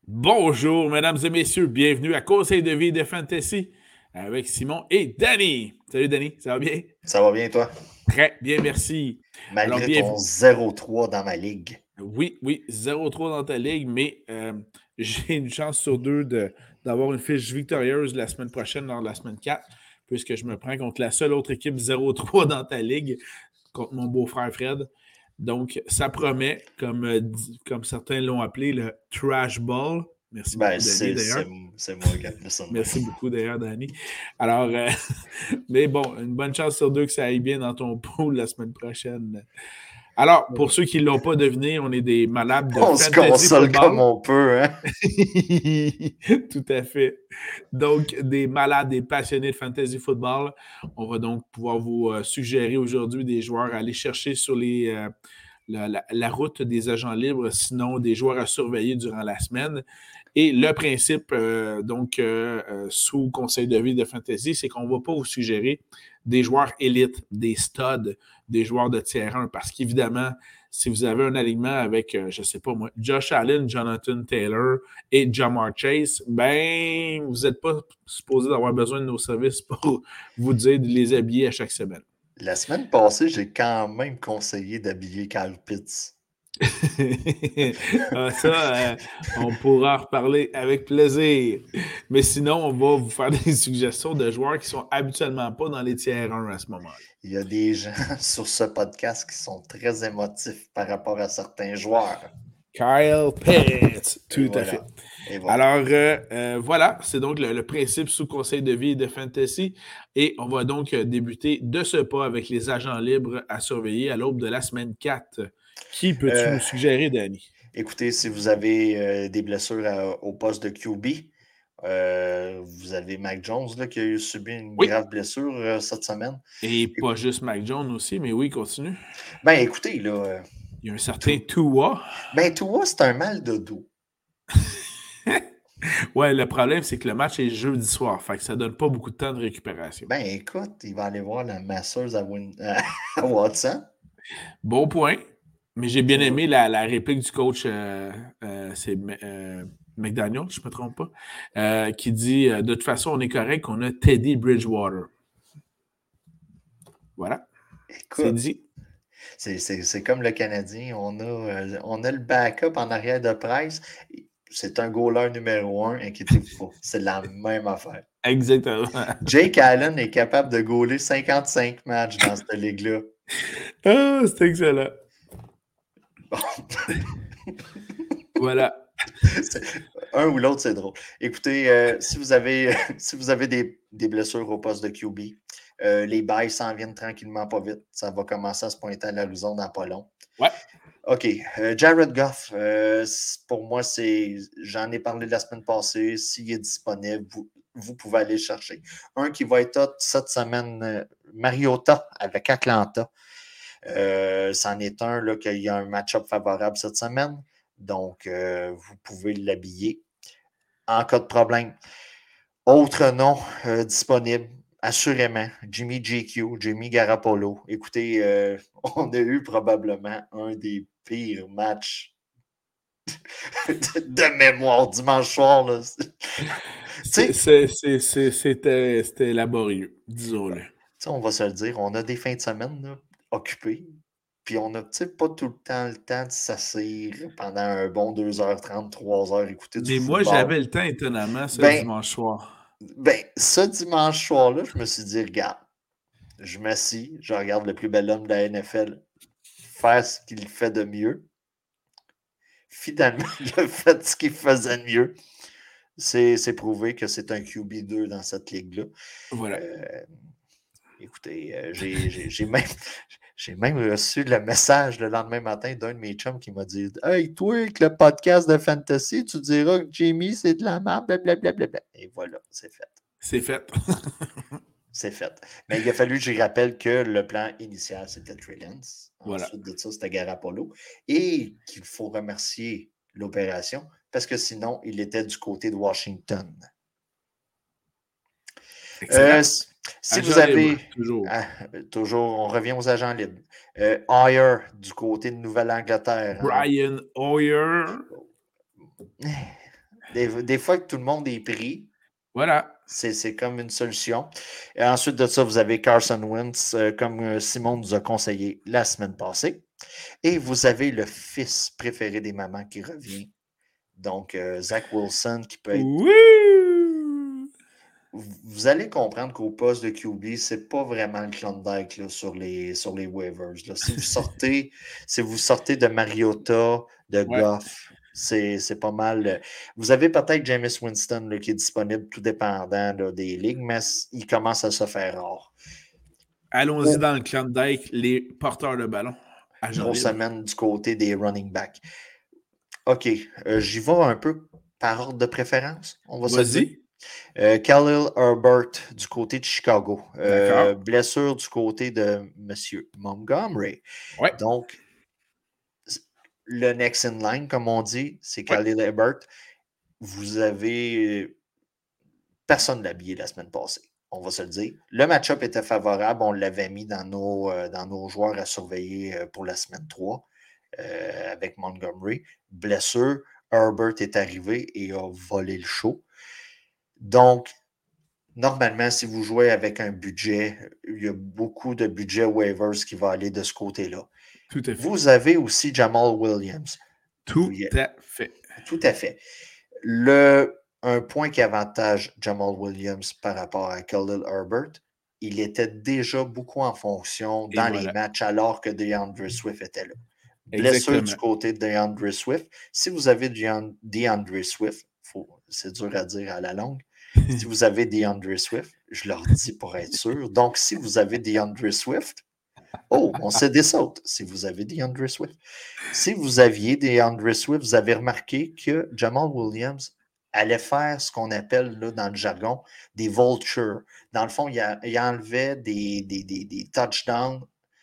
Bonjour, mesdames et messieurs, bienvenue à Conseil de vie de Fantasy avec Simon et Danny. Salut Danny, ça va bien? Ça va bien, toi? Très bien, merci. Alors, Malgré ton bienvenue. 0-3 dans ma ligue. Oui, 0-3 dans ta ligue, mais j'ai une chance sur deux d'avoir une fiche victorieuse la semaine prochaine, lors de la semaine 4, puisque je me prends contre la seule autre équipe 0-3 dans ta ligue, contre mon beau-frère Fred. Donc, ça promet, comme certains l'ont appelé, le Trash Ball. Merci Ben, beaucoup, Danny, c'est d'ailleurs. moi qui appelle ça de même. Merci beaucoup, d'ailleurs, Danny. Alors, mais bon, une bonne chance sur deux que ça aille bien dans ton pool la semaine prochaine. Alors, pour ceux qui ne l'ont pas deviné, on est des malades de On se fantasy console comme football. on peut, hein? Tout à fait. Donc, des malades, des passionnés de fantasy football. On va donc pouvoir vous suggérer aujourd'hui des joueurs à aller chercher sur la route des agents libres, sinon des joueurs à surveiller durant la semaine. Et le principe, sous conseil de vie de fantasy, c'est qu'on ne va pas vous suggérer des joueurs élites, des studs, des joueurs de tiers 1, parce qu'évidemment, si vous avez un alignement avec, je ne sais pas moi, Josh Allen, Jonathan Taylor et Jamar Chase, ben, vous n'êtes pas supposé d'avoir besoin de nos services pour vous dire de les habiller à chaque semaine. La semaine passée, j'ai quand même conseillé d'habiller Kyle Pitts. On pourra en reparler avec plaisir. Mais sinon, on va vous faire des suggestions de joueurs qui sont habituellement pas dans les tiers 1 à ce moment-là. Il y a des gens sur ce podcast qui sont très émotifs par rapport à certains joueurs. Kyle Pitts, Et tout à fait. voilà. Et voilà. Alors, voilà, c'est donc le principe sous conseil de vie et de fantasy. Et on va donc débuter de ce pas avec les agents libres à surveiller à l'aube de la semaine 4. Qui peux-tu Euh, nous suggérer, Danny? Écoutez, si vous avez des blessures au poste de QB, vous avez Mac Jones là, qui a subi une Oui. grave blessure cette semaine. Et pas juste Mac Jones aussi, mais oui, continue. Ben, écoutez, là, Il y a un certain Tua. Tua, c'est un mal de dos. Ouais, le problème, c'est que le match est jeudi soir. Fait que ça donne pas beaucoup de temps de récupération. Ben, écoute, il va aller voir la masseuse à Watson. Bon point. Mais j'ai bien Tu vois. aimé la réplique du coach, c'est McDaniel, je ne me trompe pas, qui dit de toute façon, on est correct, on a Teddy Bridgewater. Voilà, c'est Écoute, dit. c'est comme le Canadien. On a le backup en arrière de Price. C'est un goaler numéro 1, inquiétez-vous pas. C'est la même affaire. Exactement. Jake Allen est capable de goaler 55 matchs dans cette ligue-là. Ah, c'est excellent. Bon. Voilà. Un ou l'autre, c'est drôle. Écoutez, si vous avez, si vous avez des blessures au poste de QB, les bails s'en viennent tranquillement pas vite. Ça va commencer à se pointer à l'horizon dans pas long. Ouais. OK. Jared Goff, pour moi, j'en ai parlé la semaine passée. S'il est disponible, vous pouvez aller le chercher. Un qui va être hot cette semaine, Mariota avec Atlanta. C'en est un là, qu'il y a un match-up favorable cette semaine. Donc, vous pouvez l'habiller en cas de problème. Autre nom disponible, assurément, Jimmy GQ, Jimmy Garapolo. Écoutez, on a eu probablement un des pires matchs de mémoire dimanche soir. Là. C'était laborieux, disons-le. On va se le dire, on a des fins de semaine là, occupées. Puis on n'a pas tout le temps de s'asseoir pendant un bon 2h30, 3h, écouter du Mais moi, football. j'avais le temps, étonnamment, ce Ben, dimanche soir. ce dimanche soir-là, je me suis dit, regarde, je m'assis, je regarde le plus bel homme de la NFL faire ce qu'il fait de mieux. Finalement, il a fait ce qu'il faisait de mieux. C'est prouvé que c'est un QB2 dans cette ligue-là. Voilà. Écoutez, j'ai même reçu le message le lendemain matin d'un de mes chums qui m'a dit Hey, toi, avec le podcast de Fantasy, tu diras que Jamie, c'est de la merde, blablabla. Et voilà, c'est fait. C'est fait. C'est fait. Mais il a fallu que je rappelle que le plan initial, c'était Trey Lance. Voilà. Ensuite de ça, c'était Garapolo. Et qu'il faut remercier l'opération parce que sinon, il était du côté de Washington. Excellent. Si Agent vous avez. libre, toujours. Toujours, on revient aux agents libres. Hoyer, du côté de Nouvelle-Angleterre. Brian Hoyer. Des fois que tout le monde est pris, Voilà. c'est comme une solution. Et ensuite de ça, vous avez Carson Wentz, comme Simon nous a conseillé la semaine passée. Et vous avez le fils préféré des mamans qui revient. Donc, Zach Wilson qui peut être. Wouh! Vous allez comprendre qu'au poste de QB, c'est pas vraiment le Klondike là, sur les waivers. Là. Si vous sortez de Mariota, de Ouais. Goff, c'est pas mal. Vous avez peut-être Jameis Winston là, qui est disponible tout dépendant là, des ligues, mais il commence à se faire rare. Allons-y dans le Klondike, les porteurs de ballon. Grosse semaine du côté des running backs. OK, j'y vais un peu par ordre de préférence, on va se le dire. Vas-y. Khalil Herbert du côté de Chicago. D'accord. Blessure du côté de M. Montgomery. Ouais. Donc, le next in line, comme on dit, c'est Ouais. Khalil Herbert. Vous avez. Personne l'a habillé la semaine passée, on va se le dire. Le match-up était favorable. On l'avait mis dans nos joueurs à surveiller pour la semaine 3 avec Montgomery. Blessure, Herbert est arrivé et a volé le show. Donc, normalement, si vous jouez avec un budget, il y a beaucoup de budget waivers qui va aller de ce côté-là. Tout à fait. Vous avez aussi Jamal Williams. Tout à fait. Tout à fait. Un point qui avantage Jamal Williams par rapport à Khalil Herbert, il était déjà beaucoup en fonction dans les matchs alors que DeAndre Swift était là. Blessure du côté de DeAndre Swift. Si vous avez DeAndre Swift, c'est dur à dire à la longue, si vous avez DeAndre Swift, je leur dis pour être sûr. Donc, si vous avez DeAndre Swift, on se dessaute si vous avez DeAndre Swift. Si vous aviez DeAndre Swift, vous avez remarqué que Jamal Williams allait faire ce qu'on appelle là, dans le jargon des vultures. Dans le fond, il enlevait des touchdowns.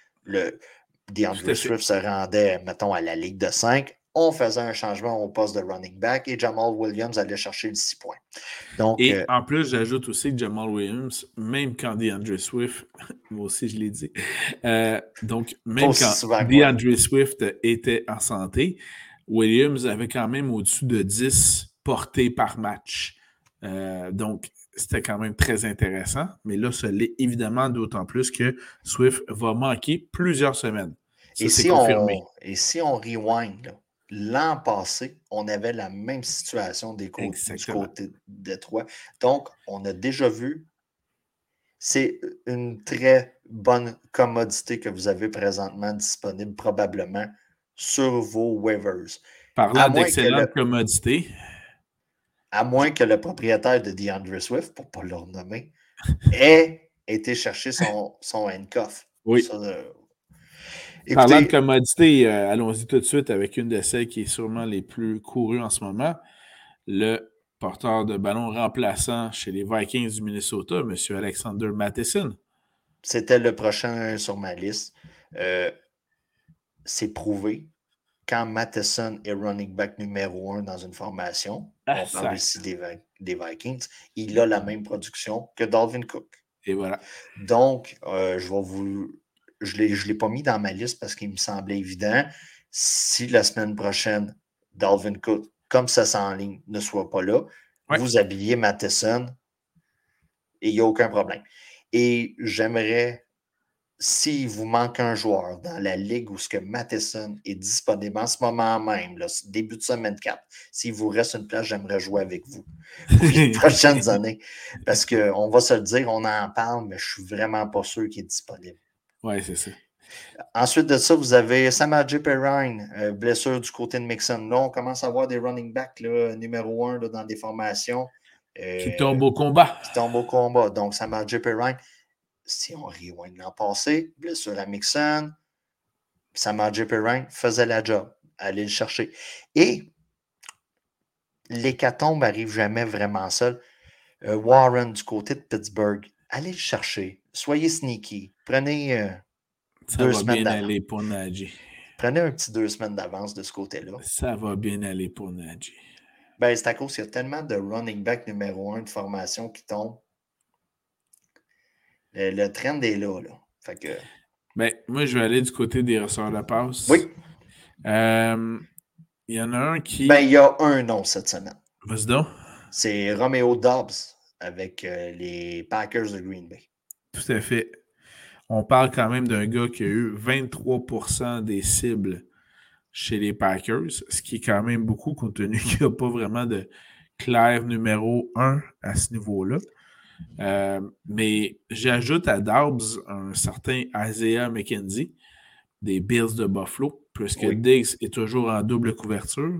DeAndre Swift se rendait, mettons, à la Ligue de 5. On faisait un changement au poste de running back et Jamal Williams allait chercher le 6 points. Donc, et en plus, j'ajoute aussi que Jamal Williams, même quand DeAndre Swift, moi aussi je l'ai dit, donc même quand DeAndre Swift était en santé, Williams avait quand même au-dessus de 10 portées par match. Donc, c'était quand même très intéressant, mais là, ça l'est évidemment d'autant plus que Swift va manquer plusieurs semaines. Ça, c'est confirmé. Et si on rewind, l'an passé, on avait la même situation du côté de Détroit. Donc, on a déjà vu, c'est une très bonne commodité que vous avez présentement disponible probablement sur vos waivers. Parlant d'excellente commodité. À moins que le propriétaire de DeAndre Swift, pour ne pas le renommer, ait été chercher son handcuff. Oui. Ça, écoutez, parlant de commodité, allons-y tout de suite avec une de celles qui est sûrement les plus courues en ce moment. Le porteur de ballon remplaçant chez les Vikings du Minnesota, M. Alexander Mattison. C'était le prochain sur ma liste. C'est prouvé. Quand Mattison est running back numéro 1 dans une formation, on parle ici des Vikings, il a la même production que Dalvin Cook. Et voilà. Donc, je ne l'ai pas mis dans ma liste parce qu'il me semblait évident. Si la semaine prochaine, Dalvin Cook, comme ça s'enligne, ne soit pas là, vous habillez Mattison et il n'y a aucun problème. Et j'aimerais, s'il vous manque un joueur dans la ligue où ce que Mattison est disponible en ce moment même, là, début de semaine 4, s'il vous reste une place, j'aimerais jouer avec vous pour les prochaines années. Parce qu'on va se le dire, on en parle, mais je ne suis vraiment pas sûr qu'il est disponible. Oui, c'est ça. Ensuite de ça, vous avez Samaje Perine, blessure du côté de Mixon. Là, on commence à avoir des running backs là, numéro 1 là, dans des formations. Qui tombent au combat. Donc, Samaje Perine, si on rewind l'an passé, blessure à Mixon, Samaje Perine faisait la job. Allez le chercher. Et l'hécatombe n'arrive jamais vraiment seul. Warren du côté de Pittsburgh, allez le chercher. Soyez sneaky. Prenez 2 semaines d'avance. Ça va bien aller pour Najee. Prenez un petit 2 semaines d'avance de ce côté-là. Ça va bien aller pour Najee. Ben, c'est à cause qu'il y a tellement de running back numéro 1 de formation qui tombent. Le trend est là. Fait que... Ben, moi, je vais aller du côté des receveurs de passe. Oui. Il y en a un qui... Ben, il y a un nom cette semaine. Vas-y donc. C'est Romeo Dobbs avec les Packers de Green Bay. Tout à fait. On parle quand même d'un gars qui a eu 23% des cibles chez les Packers, ce qui est quand même beaucoup compte tenu qu'il n'y a pas vraiment de clair numéro 1 à ce niveau-là. Mais j'ajoute à Dobbs un certain Isaiah McKenzie des Bills de Buffalo, puisque Diggs est toujours en double couverture.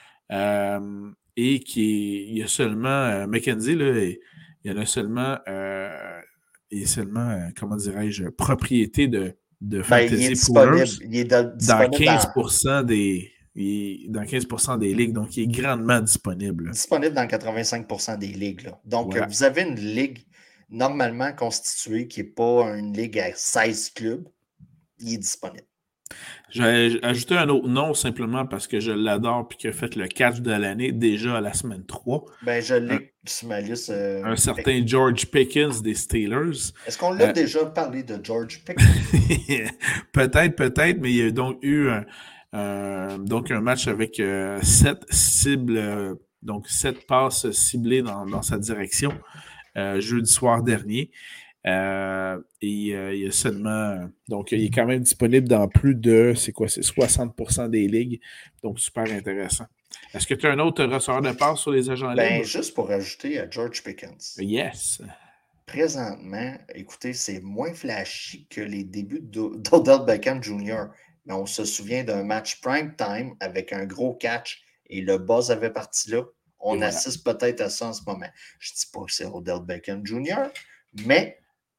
Et il y a seulement McKenzie, là, il y en a seulement, il est seulement, comment dirais-je, propriété de Fantasy Poolers Il est dans disponible 15% dans 15% des ligues, donc il est grandement disponible. Disponible dans 85% des ligues. Là. Donc, voilà. Vous avez une ligue normalement constituée qui n'est pas une ligue à 16 clubs, il est disponible. J'ai ajouté un autre nom simplement parce que je l'adore et qu'il a fait le catch de l'année déjà à la semaine 3. Ben, je l'ai sur ma liste. Un certain George Pickens des Steelers. Est-ce qu'on l'a déjà parlé de George Pickens? Peut-être, mais il y a donc eu un match avec 7 cibles, donc 7 passes ciblées dans sa direction jeudi soir dernier. Il y a seulement. Donc, il est quand même disponible dans plus de. C'est 60% des ligues. Donc, super intéressant. Est-ce que tu as un autre receveur de passe sur les agents libres? Juste pour ajouter à George Pickens. Yes. Présentement, écoutez, c'est moins flashy que les débuts d'Odell Beckham Jr. Mais on se souvient d'un match prime time avec un gros catch et le buzz avait parti là. On assiste peut-être à ça en ce moment. Je ne dis pas que c'est Odell Beckham Jr., mais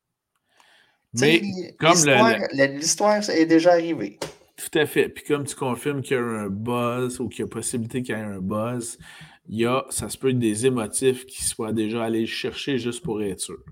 comme l'histoire est déjà arrivée. Tout à fait. Puis comme tu confirmes qu'il y a un buzz ou qu'il y a possibilité qu'il y ait un buzz, ça se peut être des émotifs qui soient déjà allés chercher juste pour être sûr.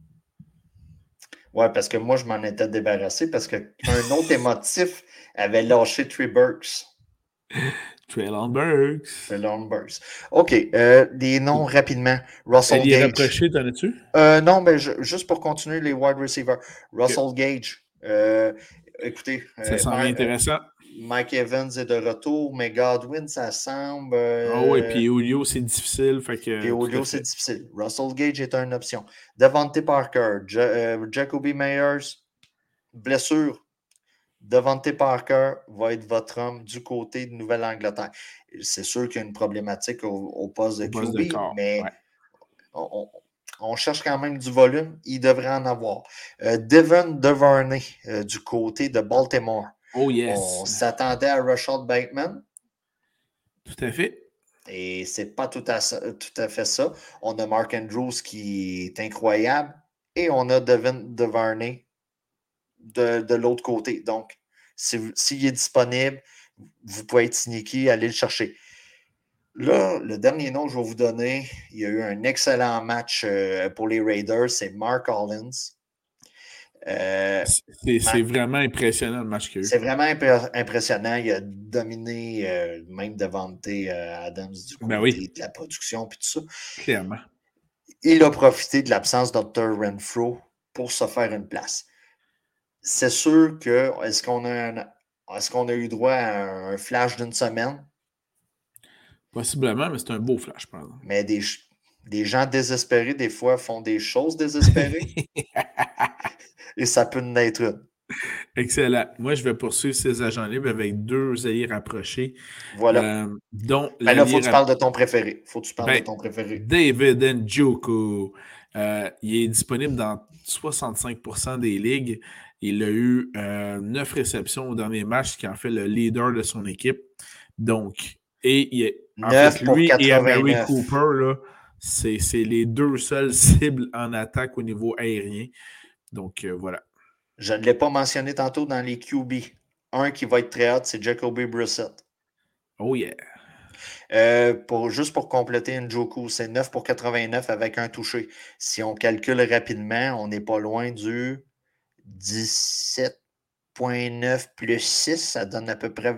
Oui, parce que moi, je m'en étais débarrassé parce qu'un autre émotif avait lâché Trey Burks. Traylon Burks. OK. Des noms rapidement. Russell Gage. Rapproché, t'en as-tu? Non, mais juste pour continuer les wide receivers. Russell Gage. Écoutez. Ça semble intéressant. Mike Evans est de retour, mais Godwin, ça semble. Oui, puis Julio, c'est difficile. Puis Julio, c'est difficile. Russell Gage est une option. Devontae Parker, Jacoby Meyers, blessure. Devontae Parker va être votre homme du côté de Nouvelle-Angleterre. C'est sûr qu'il y a une problématique au poste de QB, mais on cherche quand même du volume. Il devrait en avoir. Devon Duvernay du côté de Baltimore. Oh yes. On s'attendait à Rashad Bateman. Tout à fait. Et c'est pas tout à fait ça. On a Mark Andrews qui est incroyable. Et on a Devon Duvernay de l'autre côté. Donc, s'il est disponible, vous pouvez être sneaky, aller le chercher. Là, le dernier nom que je vais vous donner, il y a eu un excellent match pour les Raiders, c'est Mark Hollins. C'est vraiment impressionnant le match qu'il y a eu. C'est vraiment impressionnant. Il a dominé même Devontae Adams du côté de la production et tout ça. Clairement. Il a profité de l'absence de Dr. Renfro pour se faire une place. C'est sûr que est-ce qu'on a eu droit à un flash d'une semaine? Possiblement, mais c'est un beau flash, par exemple. Mais des gens désespérés, des fois, font des choses désespérées. Et ça peut naître une. Excellent. Moi, je vais poursuivre ces agents libres avec 2 alliés rapprochés. Voilà. Dont là, il faut que tu parles de ton préféré. David Njoku. Il est disponible dans 65% des ligues. Il a eu 9 réceptions au dernier match, ce qui en fait le leader de son équipe. Donc, lui et Amari Cooper, là, c'est les 2 seules cibles en attaque au niveau aérien. Donc, voilà. Je ne l'ai pas mentionné tantôt dans les QB. Un qui va être très hot, c'est Jacoby Brissett. Oh yeah. Juste pour compléter Njoku, c'est 9 pour 89 avec un touché. Si on calcule rapidement, on n'est pas loin du 17,9 plus 6, ça donne à peu près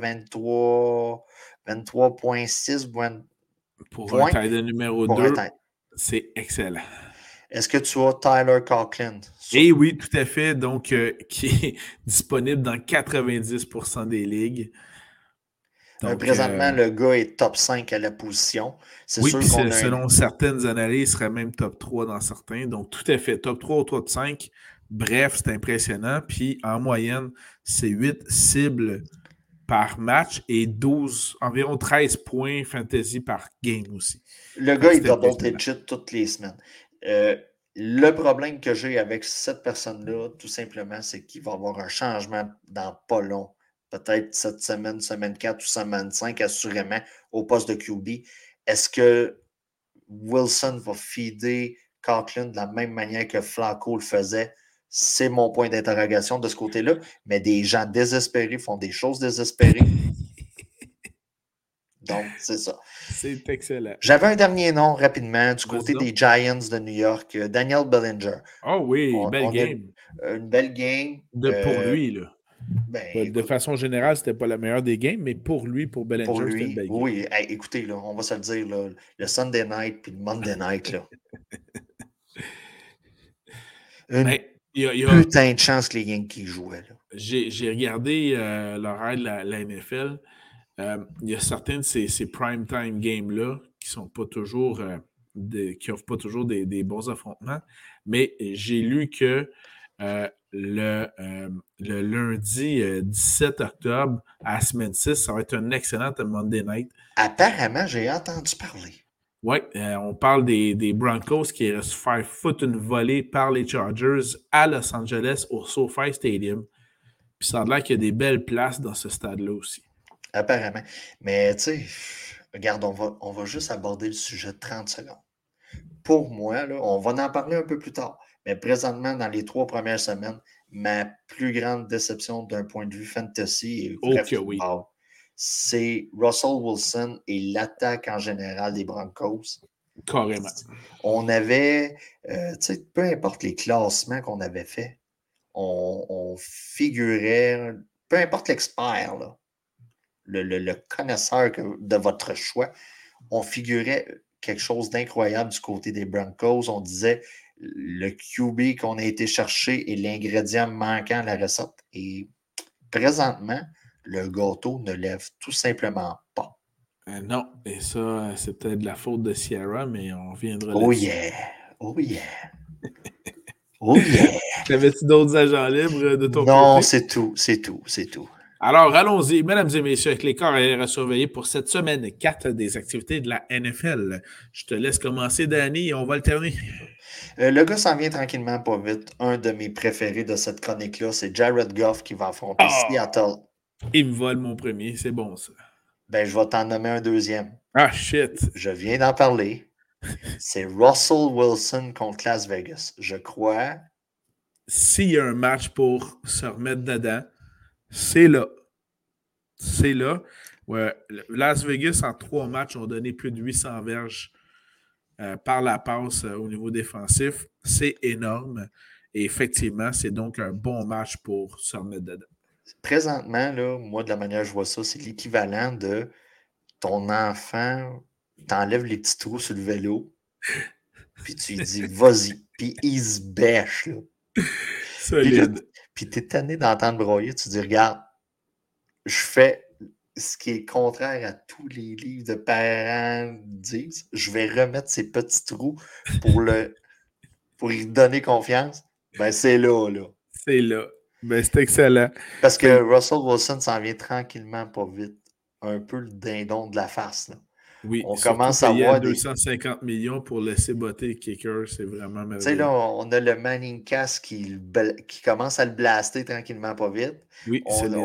23,6 pour un tight end numéro 2. C'est excellent. Est-ce que tu as Tyler Conklin? Eh oui, tout à fait. Donc, qui est disponible dans 90% des ligues. Donc, présentement, le gars est top 5 à la position. C'est oui, sûr puis qu'on a selon certaines analyses, il serait même top 3 dans certains. Donc, tout à fait, top 3 ou top 5. Bref, c'est impressionnant. Puis, en moyenne, c'est 8 cibles par match et environ 13 points fantasy par game aussi. Le gars, il double digit toutes les semaines. Le problème que j'ai avec cette personne-là, tout simplement, c'est qu'il va y avoir un changement dans pas long. Peut-être cette semaine, semaine 4 ou semaine 5, assurément, au poste de QB. Est-ce que Wilson va feeder Coughlin de la même manière que Flacco le faisait? C'est mon point d'interrogation de ce côté-là. Mais des gens désespérés font des choses désespérées. Donc, c'est ça. C'est excellent. J'avais un dernier nom rapidement du côté des Giants de New York, Daniel Bellinger. Oh oui, belle game. Une belle game. Pour lui, là. Ben, de façon générale, c'était pas la meilleure des games, mais pour lui, pour Bellinger, c'était une belle game. Oui, hey, écoutez, là, on va se le dire, là, le Sunday night puis le Monday night, là. Putain de chance que les Yankees jouaient. Là. J'ai regardé l'horaire de la NFL. Il y a certains de ces prime time games-là qui sont pas toujours qui offrent pas toujours des bons affrontements. Mais j'ai lu que le lundi 17 octobre à semaine 6, ça va être un excellent Monday night. Apparemment, j'ai entendu parler. Oui, on parle des Broncos qui restent faire foutre une volée par les Chargers à Los Angeles au SoFi Stadium. Puis ça a l'air qu'il y a des belles places dans ce stade-là aussi. Apparemment. Mais tu sais, regarde, on va juste aborder le sujet de 30 secondes. Pour moi, là, on va en parler un peu plus tard, mais présentement, dans les 3 premières semaines, ma plus grande déception d'un point de vue fantasy et football, c'est Russell Wilson et l'attaque en général des Broncos. Carrément. On avait, tu sais, peu importe les classements qu'on avait faits, on figurait, peu importe l'expert, là, le connaisseur de votre choix, on figurait quelque chose d'incroyable du côté des Broncos. On disait le QB qu'on a été chercher est l'ingrédient manquant à la recette. Et présentement, le gâteau ne lève tout simplement pas. Non, et ça, c'est peut-être de la faute de Sierra, mais on reviendra là-dessus. Oh yeah! Oh yeah! T'avais-tu d'autres agents libres de ton côté? Non, c'est tout. Alors, allons-y, mesdames et messieurs, avec les carrières à surveiller pour cette semaine 4 des activités de la NFL. Je te laisse commencer, Danny, et on va alterner. Le gars s'en vient tranquillement pas vite. Un de mes préférés de cette chronique-là, c'est Jared Goff qui va affronter Seattle. Il me vole mon premier, c'est bon ça. Ben, je vais t'en nommer un deuxième. Ah, shit! Je viens d'en parler. C'est Russell Wilson contre Las Vegas. Je crois. S'il y a un match pour se remettre dedans, c'est là. C'est là. Ouais, Las Vegas, en 3 matchs, ont donné plus de 800 verges par la passe au niveau défensif. C'est énorme. Et effectivement, c'est donc un bon match pour se remettre dedans. Présentement, là, moi, de la manière que je vois ça, c'est l'équivalent de ton enfant, t'enlèves les petits trous sur le vélo, puis tu lui dis, vas-y, puis il se bêche, là. Solide. Puis t'es tanné d'entendre broyer, tu dis, regarde, je fais ce qui est contraire à tous les livres de parents disent, je vais remettre ces petits trous pour lui donner confiance. Ben, c'est là. C'est là. Ben, c'est excellent. Parce que Russell Wilson s'en vient tranquillement pas vite. Un peu le dindon de la face, là. Oui, on commence à voir 250 millions pour laisser botter le kicker, c'est vraiment merveilleux. Tu sais, là, on a le Manning Cast qui commence à le blaster tranquillement pas vite. Oui,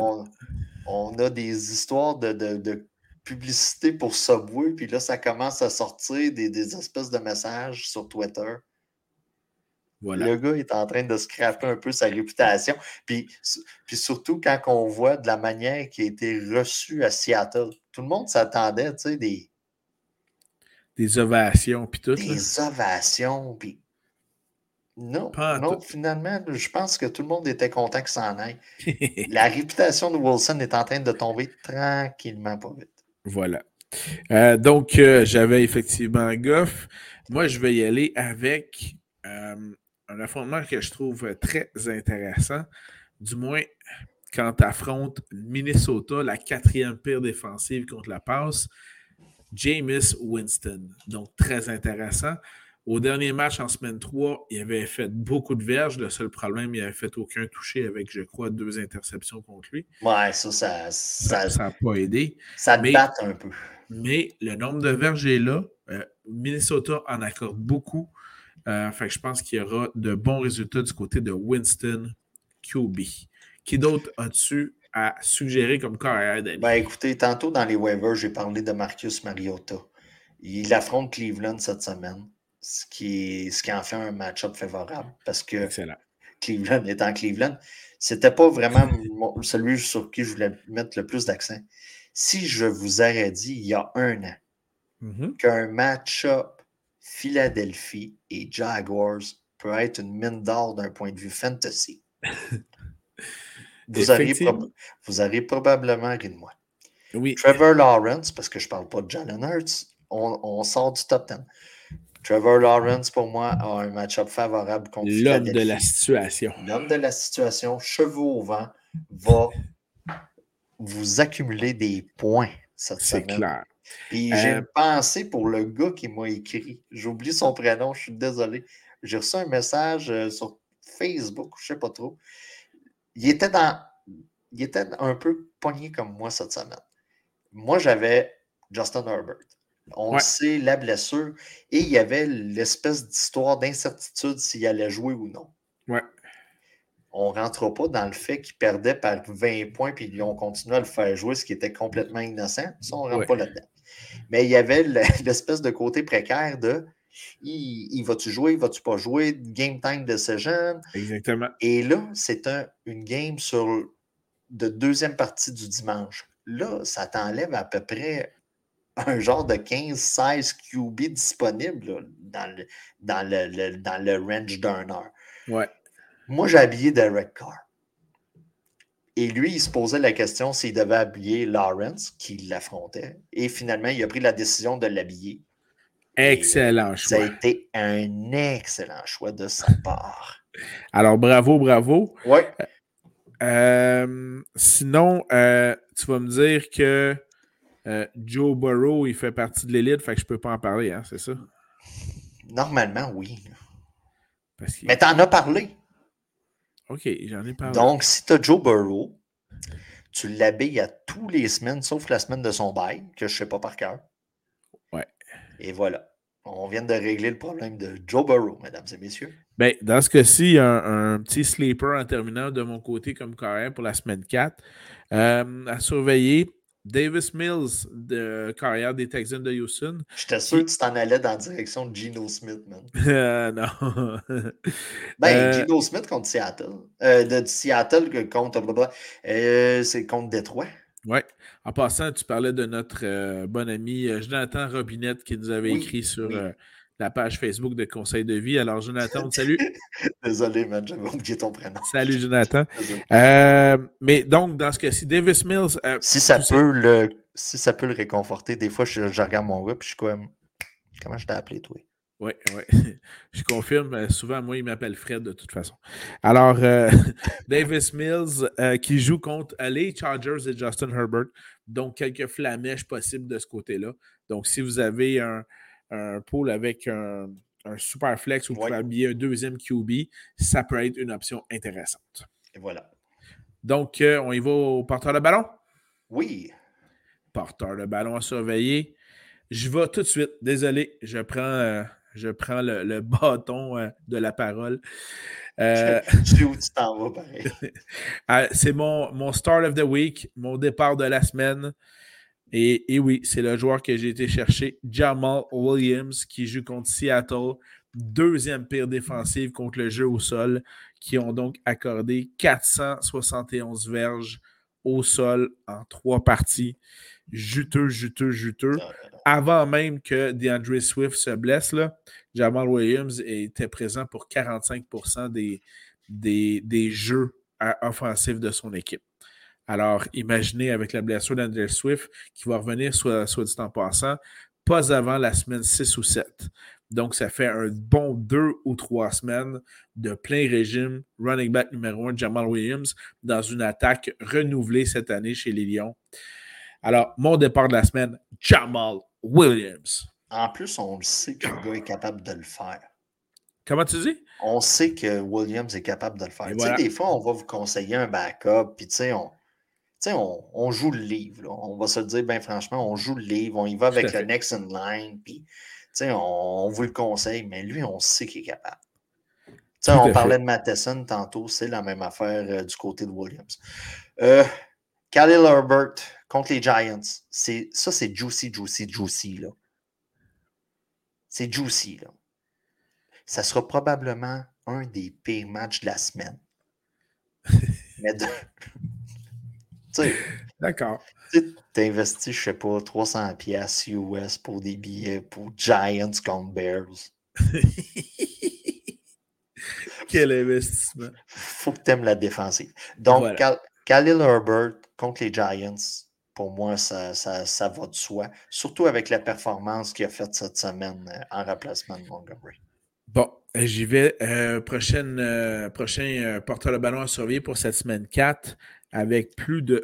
on a des histoires de publicité pour Subway, puis là, ça commence à sortir des espèces de messages sur Twitter. Voilà. Le gars est en train de scraper un peu sa réputation. Puis surtout quand on voit de la manière qui a été reçue à Seattle. Tout le monde s'attendait, tu sais, des ovations, puis tout. Des ovations, puis non, finalement, je pense que tout le monde était content qu'il s'en aille. La réputation de Wilson est en train de tomber tranquillement pas vite. Voilà. Donc, j'avais effectivement Goff. Moi, je vais y aller avec un affrontement que je trouve très intéressant. Du moins, quand tu affrontes Minnesota, la 4e pire défensive contre la passe, Jameis Winston. Donc, très intéressant. Au dernier match en semaine 3, il avait fait beaucoup de verges. Le seul problème, il n'avait fait aucun touché avec, je crois, 2 interceptions contre lui. Ouais, Ça n'a pas aidé. Ça te batte un peu. Mais le nombre de verges est là. Minnesota en accorde beaucoup. Fait que je pense qu'il y aura de bons résultats du côté de Winston QB. Qui d'autre as-tu à suggérer comme carrière d'amis? Ben écoutez, tantôt dans les waivers, j'ai parlé de Marcus Mariota. Il affronte Cleveland cette semaine, ce qui en fait un match-up favorable parce que Excellent. Cleveland étant Cleveland, c'était pas vraiment celui sur qui je voulais mettre le plus d'accent. Si je vous aurais dit il y a un an qu'un match-up Philadelphie et Jaguars peut être une mine d'or d'un point de vue fantasy, vous aurez probablement ri de moi. Oui. Trevor Lawrence, parce que je ne parle pas de Jalen Hurts, on sort du top 10. Trevor Lawrence, pour moi, a un match-up favorable contre L'homme Philadelphie. de la situation. L'homme de la situation, cheveux au vent, va vous accumuler des points cette semaine. C'est clair. Puis j'ai une pensée pour le gars qui m'a écrit. J'oublie son prénom, je suis désolé. J'ai reçu un message sur Facebook, je ne sais pas trop. Il était un peu pogné comme moi cette semaine. Moi, j'avais Justin Herbert. On sait la blessure et il y avait l'espèce d'histoire d'incertitude s'il allait jouer ou non. Ouais. On ne rentre pas dans le fait qu'il perdait par 20 points puis ils ont continué à le faire jouer, ce qui était complètement innocent. Ça, on ne rentre pas là-dedans. Mais il y avait l'espèce de côté précaire de il va-tu jouer, il va-tu pas jouer, game time decision. Exactement. Et là, c'est une game de deuxième partie du dimanche. Là, ça t'enlève à peu près un genre de 15-16 QB disponibles là, dans le range d'une heure. Ouais. Moi, j'ai habillé Derek Carr. Et lui, il se posait la question s'il devait habiller Lawrence, qui l'affrontait. Et finalement, il a pris la décision de l'habiller. Excellent choix. Ça a été un excellent choix de sa part. Alors, bravo. Oui. Sinon, tu vas me dire que Joe Burrow, il fait partie de l'élite, fait que je peux pas en parler, hein, c'est ça? Normalement, oui. Que... Mais t'en as parlé. OK, j'en ai parlé. Donc, si tu as Joe Burrow, tu l'habilles à tous les semaines, sauf la semaine de son bail, que je ne sais pas par cœur. Ouais. Et voilà. On vient de régler le problème de Joe Burrow, mesdames et messieurs. Ben, dans ce cas-ci, il y a un petit sleeper en terminant de mon côté comme carrière pour la semaine 4. À surveiller, Davis Mills, de carrière des Texans de Houston. J'étais sûr que tu t'en allais dans la direction de Geno Smith, man. Non. Geno Smith contre Seattle. De Seattle contre... c'est contre Détroit. Oui. En passant, tu parlais de notre bon ami Jonathan Robinette qui nous avait écrit sur la page Facebook de Conseil de vie. Alors, Jonathan, salut. Désolé, man, j'avais oublié ton prénom. Salut, Jonathan. Mais donc, dans ce cas-ci, Davis Mills... si ça peut le réconforter, des fois, je regarde mon gars et je suis comme... Comment je t'ai appelé, toi? Oui. Je confirme. Souvent, moi, il m'appelle Fred de toute façon. Alors, Davis Mills qui joue contre les Chargers et Justin Herbert. Donc, quelques flamèches possibles de ce côté-là. Donc, si vous avez un pool avec un super flex où vous pouvez habiller un deuxième QB, ça peut être une option intéressante. Et voilà. Donc, on y va au porteur de ballon? Oui. Porteur de ballon à surveiller. Je vais tout de suite. Désolé, je prends le bâton de la parole. Je sais où tu t'en vas, pareil. C'est mon start of the week, mon départ de la semaine. Et oui, c'est le joueur que j'ai été chercher, Jamal Williams, qui joue contre Seattle. Deuxième pire défensive contre le jeu au sol, qui ont donc accordé 471 verges au sol en 3 parties. Juteux. Avant même que DeAndre Swift se blesse, là, Jamal Williams était présent pour 45% des jeux offensifs de son équipe. Alors, imaginez avec la blessure d'Andre Swift qui va revenir, soit dit en passant, pas avant la semaine 6 ou 7. Donc, ça fait un bon 2 ou 3 semaines de plein régime. Running back numéro 1, Jamal Williams, dans une attaque renouvelée cette année chez les Lions. Alors, mon départ de la semaine, Jamal Williams. En plus, on le sait que le gars est capable de le faire. Comment tu dis? On sait que Williams est capable de le faire. Voilà. Des fois, on va vous conseiller un backup, puis on joue le livre. Là. On va se le dire, bien franchement, on joue le livre, on y va avec le next in line, puis on vous le conseille, mais lui, on sait qu'il est capable. On parlait de Matheson tantôt, c'est la même affaire du côté de Williams. Khalil Herbert contre les Giants, c'est juicy, là. C'est juicy, là. Ça sera probablement un des pires matchs de la semaine. Mais d'accord. Tu investis, je sais pas, 300$ US pour des billets pour Giants contre Bears. Quel investissement. Faut que tu aimes la défensive. Donc, voilà. Khalil Herbert contre les Giants, pour moi, ça va de soi. Surtout avec la performance qu'il a faite cette semaine en remplacement de Montgomery. Bon, j'y vais. Prochain porteur de ballon à surveiller pour cette semaine 4, avec plus de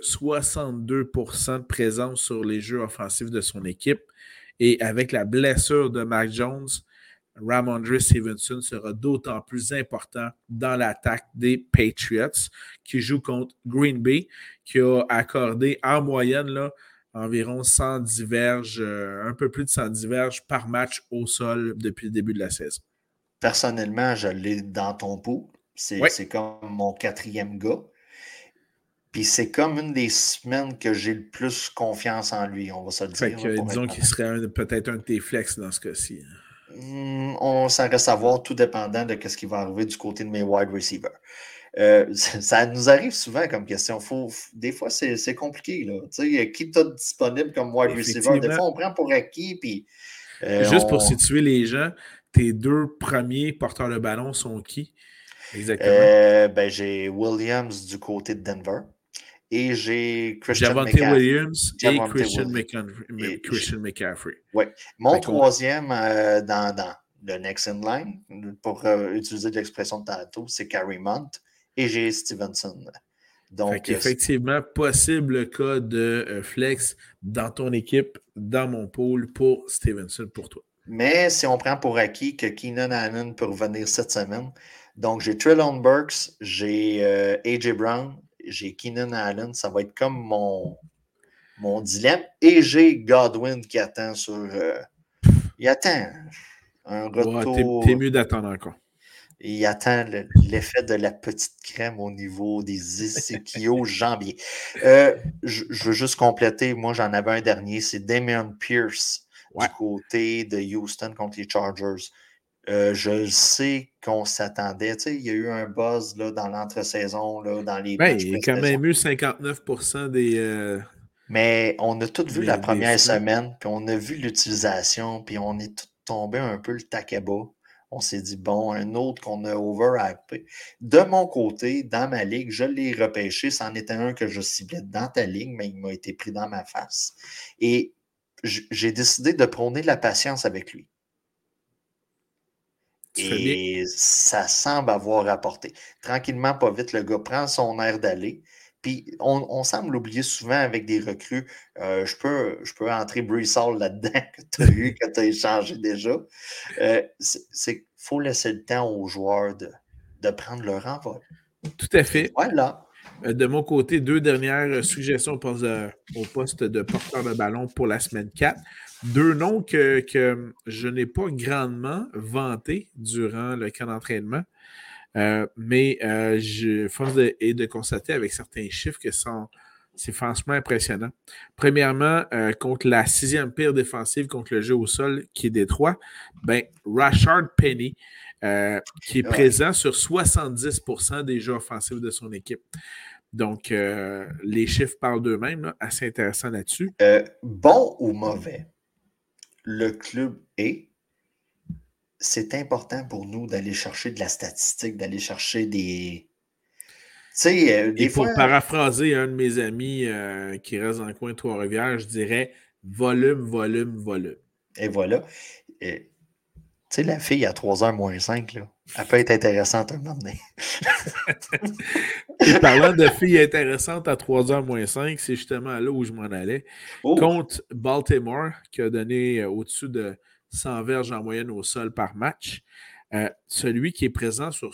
62% de présence sur les jeux offensifs de son équipe. Et avec la blessure de Mac Jones, Ramondre Stevenson sera d'autant plus important dans l'attaque des Patriots, qui joue contre Green Bay, qui a accordé en moyenne là, environ 110 verges, un peu plus de 110 verges par match au sol depuis le début de la saison. Personnellement, je l'ai dans ton pot. C'est comme mon 4e gars. Puis c'est comme une des semaines que j'ai le plus confiance en lui, on va se le dire. Disons qu'il serait peut-être un de tes flex dans ce cas-ci. On s'en reste à voir, tout dépendant de ce qui va arriver du côté de mes wide receivers. Ça nous arrive souvent comme question. Des fois, c'est compliqué. Là. Qui t'as disponible comme wide receiver? Des fois, on prend pour acquis. Puis, juste pour situer les gens, tes 2 premiers porteurs de ballon sont qui? Exactement. J'ai Williams du côté de Denver. Et j'ai Javonte Williams et Christian McCaffrey. Oui. Mon troisième dans le next in line, pour utiliser l'expression de tantôt, c'est Carrie Mont et j'ai Stevenson. Donc, effectivement, possible cas de flex dans ton équipe, dans mon pool pour Stevenson pour toi. Mais si on prend pour acquis que Keenan Allen peut revenir cette semaine, donc j'ai Treylon Burks, j'ai A.J. Brown, j'ai Keenan Allen, ça va être comme mon dilemme. Et j'ai Godwin qui attend sur... il attend un retour... T'es mieux d'attendre encore. Il attend l'effet de la petite crème au niveau des ischios jambiers. Je veux juste compléter. Moi, j'en avais un dernier. C'est Dameon Pierce du côté de Houston contre les Chargers. Je sais qu'on s'attendait. Il y a eu un buzz là, dans l'entre-saison, là, dans les matchs. Il y a quand même eu 59% des... Mais on a tous vu la première semaine, puis on a vu l'utilisation, puis on est tous tombé un peu le taquet-bas. On s'est dit, bon, un autre qu'on a overhypé. De mon côté, dans ma ligue, je l'ai repêché. C'en était un que je ciblais dans ta ligue, mais il m'a été pris dans ma face. Et j'ai décidé de prôner la patience avec lui. Et ça semble avoir apporté. Tranquillement, pas vite, le gars prend son air d'aller. Puis on semble l'oublier souvent avec des recrues. Je peux entrer Brees Hall là-dedans que tu as eu, que tu as échangé déjà. Il faut laisser le temps aux joueurs de prendre leur envol. Tout à fait. Voilà. De mon côté, 2 dernières suggestions au poste de porteur de ballon pour la semaine 4. 2 noms que je n'ai pas grandement vantés durant le camp d'entraînement. Mais force est de constater avec certains chiffres que c'est franchement impressionnant. Premièrement, contre la 6e pire défensive contre le jeu au sol, qui est Détroit, Rashard Penny, qui est présent sur 70% des jeux offensifs de son équipe. Donc, les chiffres parlent d'eux-mêmes, là, assez intéressant là-dessus. Bon ou mauvais, le club est. C'est important pour nous d'aller chercher de la statistique, d'aller chercher des... Et pour paraphraser un de mes amis qui reste dans le coin de Trois-Rivières, je dirais volume, volume, volume. Et voilà. Tu sais, la fille à 3h moins 5, là, elle peut être intéressante un moment donné. Puis parlant de filles intéressantes à 3h moins 5, c'est justement là où je m'en allais. Oh! Contre Baltimore, qui a donné au-dessus de 100 verges en moyenne au sol par match. Celui qui est présent sur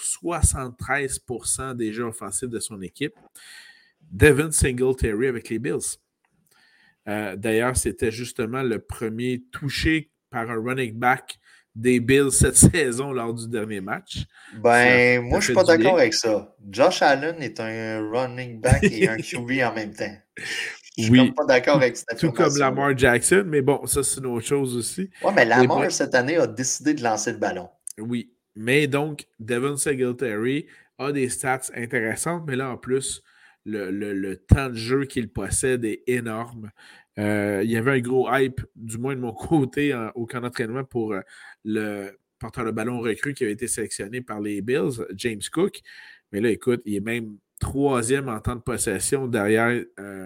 73% des jeux offensifs de son équipe, Devin Singletary avec les Bills. D'ailleurs, c'était justement le premier touché par un running back des Bills cette saison lors du dernier match. Ben, moi, je suis pas d'accord avec ça. Josh Allen est un running back et un QB en même temps. Je suis comme pas d'accord avec cette affirmation. Tout comme Lamar Jackson, mais bon, ça, c'est une autre chose aussi. Ouais, mais Lamar, cette année, a décidé de lancer le ballon. Oui, mais donc, Devin Singletary a des stats intéressantes, mais là, en plus, le temps de jeu qu'il possède est énorme. Il y avait un gros hype, du moins de mon côté, au camp d'entraînement pour le porteur de ballon recru qui avait été sélectionné par les Bills, James Cook. Mais là, écoute, il est même 3e en temps de possession derrière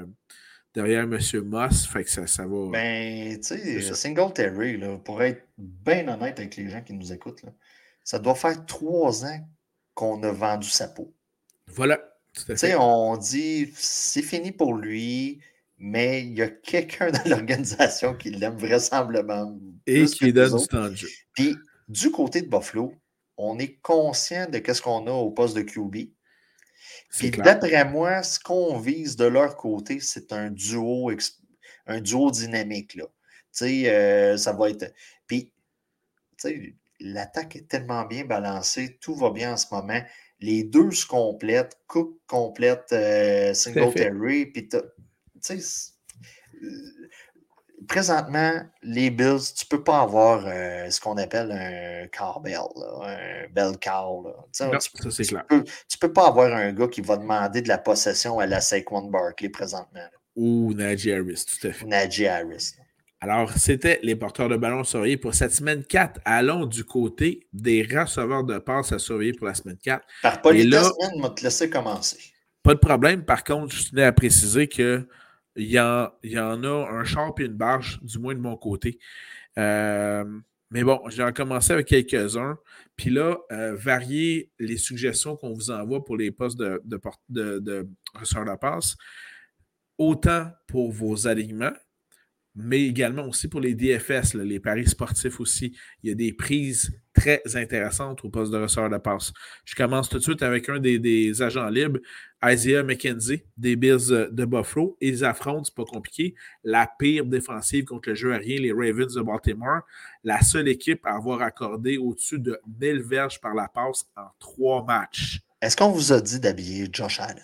M. Moss. Fait que ça va. Ben, tu sais, Singletary, là, pour être bien honnête avec les gens qui nous écoutent, là, ça doit faire 3 ans qu'on a vendu sa peau. Voilà. Tu sais, on dit c'est fini pour lui, mais il y a quelqu'un dans l'organisation qui l'aime vraisemblablement. Et qui donne du temps de jeu. Puis, du côté de Buffalo, on est conscient de ce qu'on a au poste de QB. Puis, d'après moi, ce qu'on vise de leur côté, c'est un duo dynamique. Là. Tu sais, ça va être. Puis, tu sais, l'attaque est tellement bien balancée, tout va bien en ce moment. Les deux se complètent. Cook complète Singletary. Puis, tu sais, présentement, les Bills, tu ne peux pas avoir ce qu'on appelle un cowbell, un bell cow. Non, ça, c'est clair. Tu ne peux pas avoir un gars qui va demander de la possession à la Saquon Barkley présentement. Là. Ou Najee Harris, tout à fait. Najee Harris. Là. Alors, c'était les porteurs de ballon surveillés pour cette semaine 4. Allons du côté des receveurs de passe à surveiller pour la semaine 4. Par politesse, on va te laisser commencer. Pas de problème. Par contre, je tenais à préciser qu'il y en a un char et une barge, du moins de mon côté. Mais bon, je vais en commencer avec quelques-uns. Puis là, varier les suggestions qu'on vous envoie pour les postes de receveurs de passe, autant pour vos alignements, mais également aussi pour les DFS, là, les paris sportifs aussi. Il y a des prises très intéressantes au poste de receveur de passe. Je commence tout de suite avec un des agents libres, Isaiah McKenzie, des Bills de Buffalo. Ils affrontent, c'est pas compliqué, la pire défensive contre le jeu aérien, les Ravens de Baltimore. La seule équipe à avoir accordé au-dessus de 1000 verges par la passe en 3 matchs. Est-ce qu'on vous a dit d'habiller Josh Allen?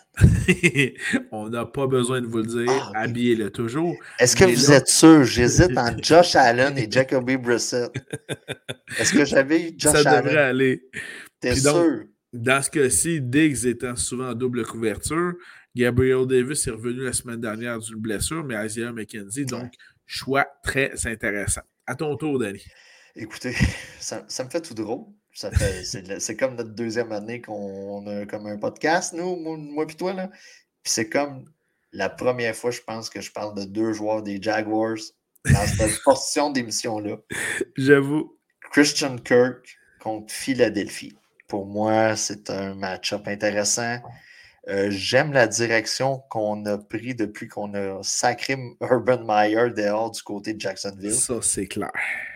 On n'a pas besoin de vous le dire. Okay. Habillez-le toujours. Est-ce que vous êtes sûr? J'hésite entre Josh Allen et Jacoby Brissett. Est-ce que j'avais eu Josh Allen? Ça devrait aller. T'es sûr? Dans ce cas-ci, Diggs étant souvent en double couverture, Gabriel Davis est revenu la semaine dernière d'une blessure, mais Isaiah McKenzie, donc choix très intéressant. À ton tour, Danny. Écoutez, ça me fait tout drôle. C'est comme notre 2e année qu'on a comme un podcast, nous, moi et toi. Là. Puis c'est comme la première fois, je pense, que je parle de 2 joueurs des Jaguars dans cette portion d'émission-là. J'avoue. Christian Kirk contre Philadelphie. Pour moi, c'est un match-up intéressant. J'aime la direction qu'on a pris depuis qu'on a sacré Urban Meyer dehors du côté de Jacksonville. Ça, c'est clair.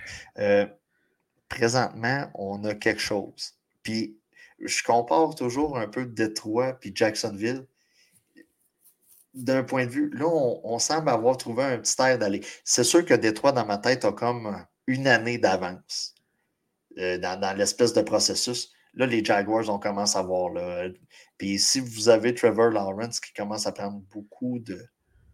Présentement, on a quelque chose. Puis, je compare toujours un peu Détroit puis Jacksonville. D'un point de vue, là, on semble avoir trouvé un petit air d'aller. C'est sûr que Détroit, dans ma tête, a comme une année d'avance dans l'espèce de processus. Là, les Jaguars, on commence à voir. Là. Puis, si vous avez Trevor Lawrence qui commence à prendre beaucoup de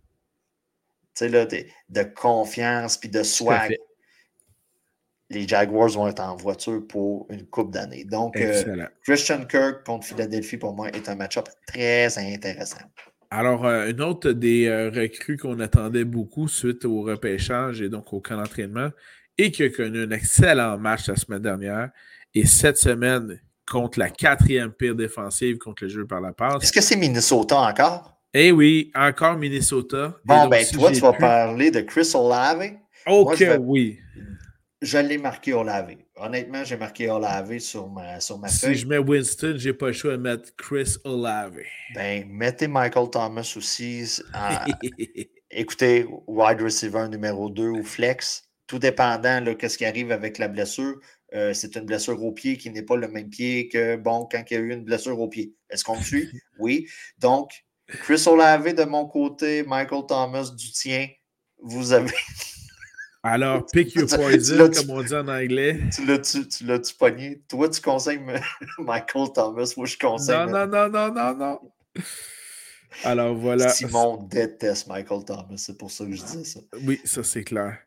confiance puis de swag, les Jaguars vont être en voiture pour une couple d'années. Donc, Christian Kirk contre Philadelphie, pour moi, est un match-up très intéressant. Alors, une autre des recrues qu'on attendait beaucoup suite au repêchage et donc au camp d'entraînement et qui a connu un excellent match la semaine dernière et cette semaine contre la 4e pire défensive contre le jeu par la passe. Est-ce que c'est Minnesota encore? Eh oui, encore Minnesota. Bon, ben toi, tu vas parler de Chris Olave. Ok, oui. Je l'ai marqué Olave. Honnêtement, j'ai marqué Olave sur ma Si feuille. je mets Winston, j'ai pas le choix de mettre Chris Olave. Ben, mettez Michael Thomas aussi. Écoutez, wide receiver numéro 2 ou flex, tout dépendant de ce qui arrive avec la blessure. C'est une blessure au pied qui n'est pas le même pied que, bon, quand il y a eu une blessure au pied. Est-ce qu'on me suit? Oui. Donc, Chris Olave de mon côté, Michael Thomas du tien. Vous avez. Alors, pick your Tu poison, l'as-tu comme on dit en anglais. tu l'as-tu pogné? Toi, tu conseilles Michael Thomas. Moi, je conseille. Non, non, non, non, non, non. Alors, voilà. Simon déteste Michael Thomas. C'est pour ça que je disais ça. Oui, ça, c'est clair.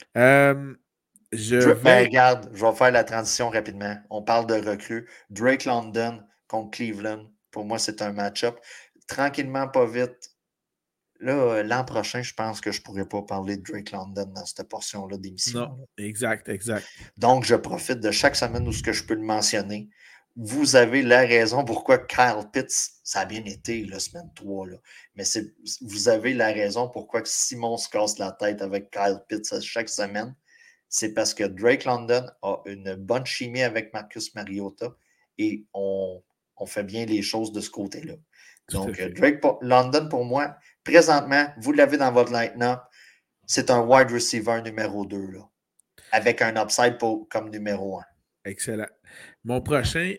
Je Ben, vais... regarde, je vais faire la transition rapidement. On parle de recrues. Drake London contre Cleveland. Pour moi, c'est un match-up. Tranquillement, pas vite. Là, l'an prochain, je pense que je ne pourrais pas parler de Drake London dans cette portion-là d'émission. Non, exact, exact. Donc, je profite de chaque semaine où ce que je peux le mentionner. Vous avez la raison pourquoi Kyle Pitts, ça a bien été la semaine 3. Là. Mais vous avez la raison pourquoi Simon se casse la tête avec Kyle Pitts chaque semaine. C'est parce que Drake London a une bonne chimie avec Marcus Mariota et on fait bien les choses de ce côté-là. Donc, Drake London, pour moi, présentement, vous l'avez dans votre line-up, c'est un wide receiver numéro 2, là, avec un upside comme numéro 1. Excellent. Mon prochain,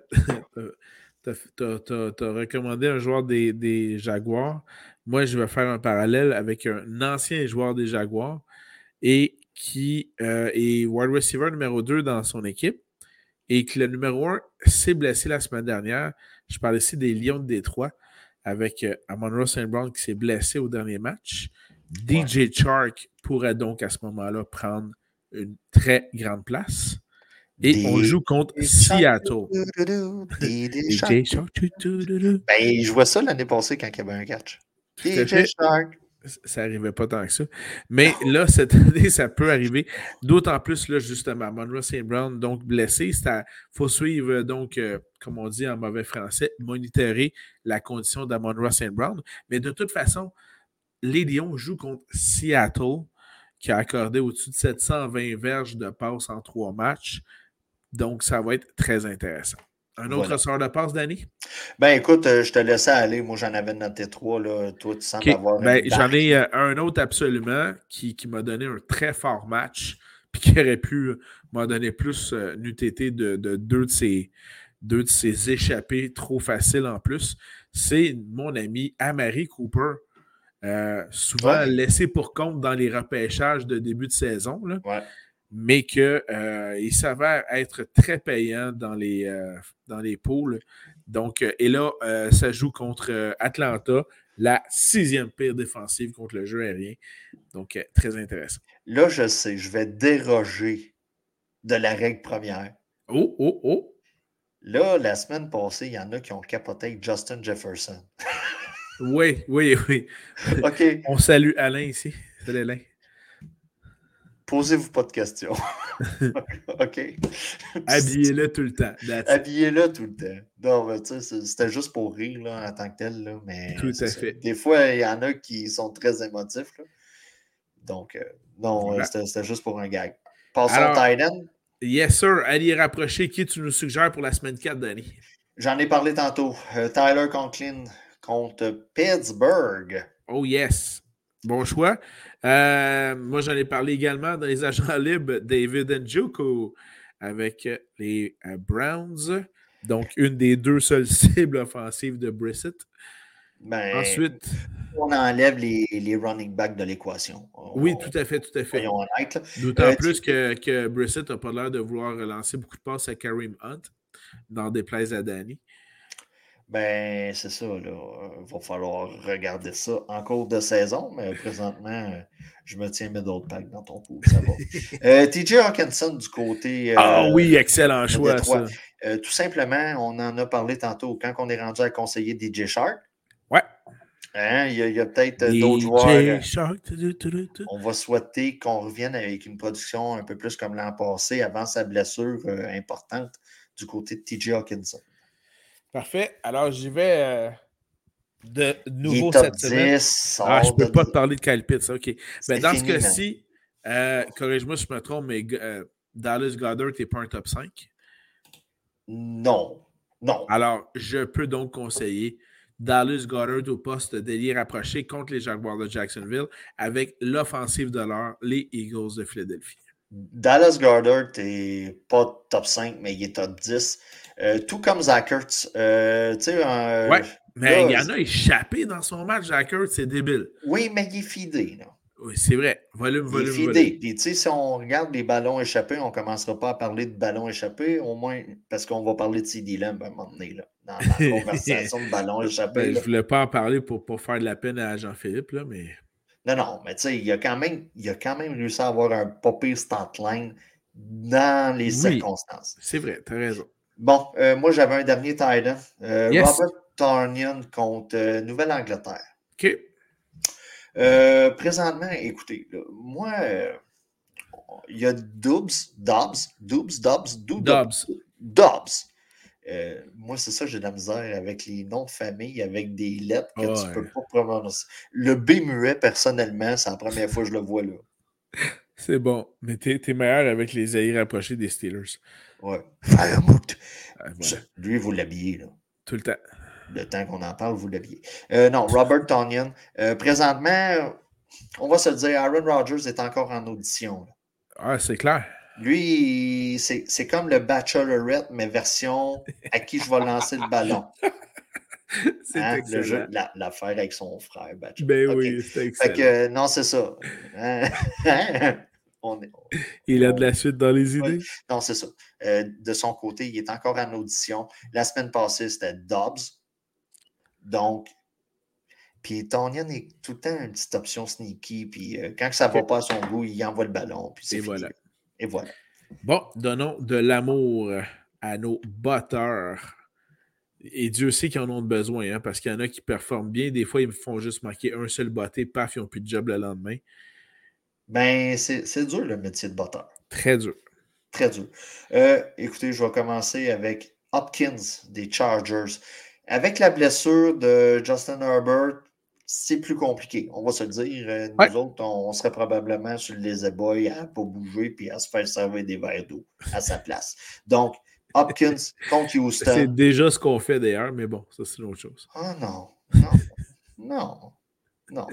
t'as recommandé un joueur des Jaguars. Moi, je vais faire un parallèle avec un ancien joueur des Jaguars et qui est wide receiver numéro 2 dans son équipe et que le numéro 1 s'est blessé la semaine dernière. Je parle ici des Lions de Détroit avec Amon-Ra St. Brown qui s'est blessé au dernier match. DJ Chark pourrait donc à ce moment-là prendre une très grande place. Et on joue contre Seattle. DJ Shark. Ben, il jouait ça l'année passée quand il y avait un catch. DJ Shark. Ça n'arrivait pas tant que ça. Mais là, cette année, ça peut arriver. D'autant plus, là, justement, Amon-Ra St. Brown, donc blessé. Il faut suivre, donc, comme on dit en mauvais français, monitorer la condition d'Amon-Ra St. Brown. Mais de toute façon, les Lions jouent contre Seattle, qui a accordé au-dessus de 720 verges de passes en 3 matchs. Donc, ça va être très intéressant. Un autre sort de passe, Danny? Ben écoute, je te laissais aller. Moi, j'en avais noté 3. Là. Toi, tu sembles avoir j'en ai un autre absolument qui m'a donné un très fort match puis qui aurait pu m'en donner plus n'eût été de deux de ses échappées trop faciles en plus. C'est mon ami Amari Cooper. Souvent laissé pour compte dans les repêchages de début de saison. Là. Mais qu'il s'avère être très payant dans les pools. Donc, et là, ça joue contre Atlanta, la 6e pire défensive contre le jeu aérien. Donc, très intéressant. Là, je sais, je vais déroger de la règle première. Oh! Là, la semaine passée, il y en a qui ont capoté avec Justin Jefferson. Oui. OK. On salue Alain ici. Salut Alain. Posez-vous pas de questions. OK. Habillez-le tout le temps. Habillez-le tout le temps. Non, mais tu sais, c'était juste pour rire là, en tant que tel. Là, mais tout à fait. Des fois, il y en a qui sont très émotifs. Là. Donc, non, voilà. C'était juste pour un gag. Passons au tight end. Yes, sir. Allez y rapprocher. Qui tu nous suggères pour la semaine 4, Danny? J'en ai parlé tantôt. Tyler Conklin contre Pittsburgh. Oh, yes. Bon choix. Moi, j'en ai parlé également dans les agents libres, David Njoku avec les Browns. Donc, une des 2 seules cibles offensives de Brissett. Ben, ensuite, on enlève les running backs de l'équation. Oui, tout à fait. Soyons honnêtes. D'autant plus que Brissett n'a pas l'air de vouloir relancer beaucoup de passes à Kareem Hunt, n'en déplaise à Danny. Ben, c'est ça, là. Il va falloir regarder ça en cours de saison, mais présentement, je me tiens middle pack dans ton pool, ça va. TJ Hawkinson du côté. Oui, excellent choix, ça. Tout simplement, on en a parlé tantôt quand on est rendu à conseiller DJ Shark. Ouais. Hein, il y a peut-être d'autres joueurs. Shark. On va souhaiter qu'on revienne avec une production un peu plus comme l'an passé, avant sa blessure importante du côté de TJ Hawkinson. Parfait. Alors, j'y vais de nouveau cette semaine. Je ne peux pas te parler de Kyle Pitts. OK. Ben, dans ce cas-ci, Corrige-moi si je me trompe, mais Dallas Goedert n'est pas un top 5. Non. Non. Alors, je peux donc conseiller Dallas Goedert au poste d'ailier rapproché contre les Jaguars de Jacksonville avec l'offensive de l'heure, les Eagles de Philadelphie. Dallas Goedert n'est pas top 5, mais il est top 10. Tout comme Zach Ertz. Ouais, mais là, il y en a échappé dans son match, Zach Ertz, c'est débile. oui, mais il est feedé. Là. Oui, c'est vrai. Volume, Il est volume, feedé. volume. Puis, tu sais, si on regarde les ballons échappés, on ne commencera pas à parler de ballons échappés, au moins parce qu'on va parler de CD Lamb à un moment donné, là, dans la conversation de ballons échappés. Ben, Là. je voulais pas en parler pour pas faire de la peine à Jean-Philippe, là, mais. Non, non, mais tu sais, il a quand même réussi à avoir un pas pire stat line dans les Oui, circonstances. c'est vrai, t'as raison. Bon, moi, j'avais un dernier tight Yes. Robert Tonyan contre Nouvelle-Angleterre. OK. Présentement, écoutez, là, moi, il y a Dobbs. Moi, c'est ça, j'ai de la misère avec les noms de famille, avec des lettres que tu ne peux pas prononcer. Le B muet, personnellement, c'est la première fois que je le vois là. C'est bon, mais t'es meilleur avec les aïeux rapprochés des Steelers. Ouais. Firemout. Voilà. Lui, vous l'habillez, là. Tout le temps. Le temps qu'on en parle, vous l'habillez. Non, Robert Tonyan. Présentement, on va se le dire, Aaron Rodgers est encore en audition. Là. Ah, c'est clair. Lui, c'est comme le Bachelorette, mais version à qui je vais lancer le ballon. C'est excellent. Le jeu, l'affaire avec son frère. Bachelor. Ben okay. oui, c'est excellent. Fait que, non, c'est ça. Il a de la suite dans les idées? Non, c'est ça. De son côté, il est encore en audition. La semaine passée, c'était Dobbs. Donc, puis Tonyan est tout le temps une petite option sneaky. Puis quand ça ne va pas à son goût, il envoie le ballon. Puis c'est fini. Voilà. Et voilà. Bon, donnons de l'amour à nos batteurs. Et Dieu sait qu'ils en ont besoin, hein, parce qu'il y en a qui performent bien. Des fois, ils me font juste marquer un seul botté, paf, ils n'ont plus de job le lendemain. Ben, c'est dur le métier de batteur. Très dur. Très dur. Écoutez, je vais commencer avec Hopkins des Chargers. Avec la blessure de Justin Herbert, c'est plus compliqué. On va se le dire. Nous autres, on serait probablement sur les ébouilles à ne pas bouger puis à se faire servir des verres d'eau à sa place. Donc, Hopkins contre Houston. C'est déjà ce qu'on fait d'ailleurs, mais bon, ça c'est une autre chose. Ah non, non.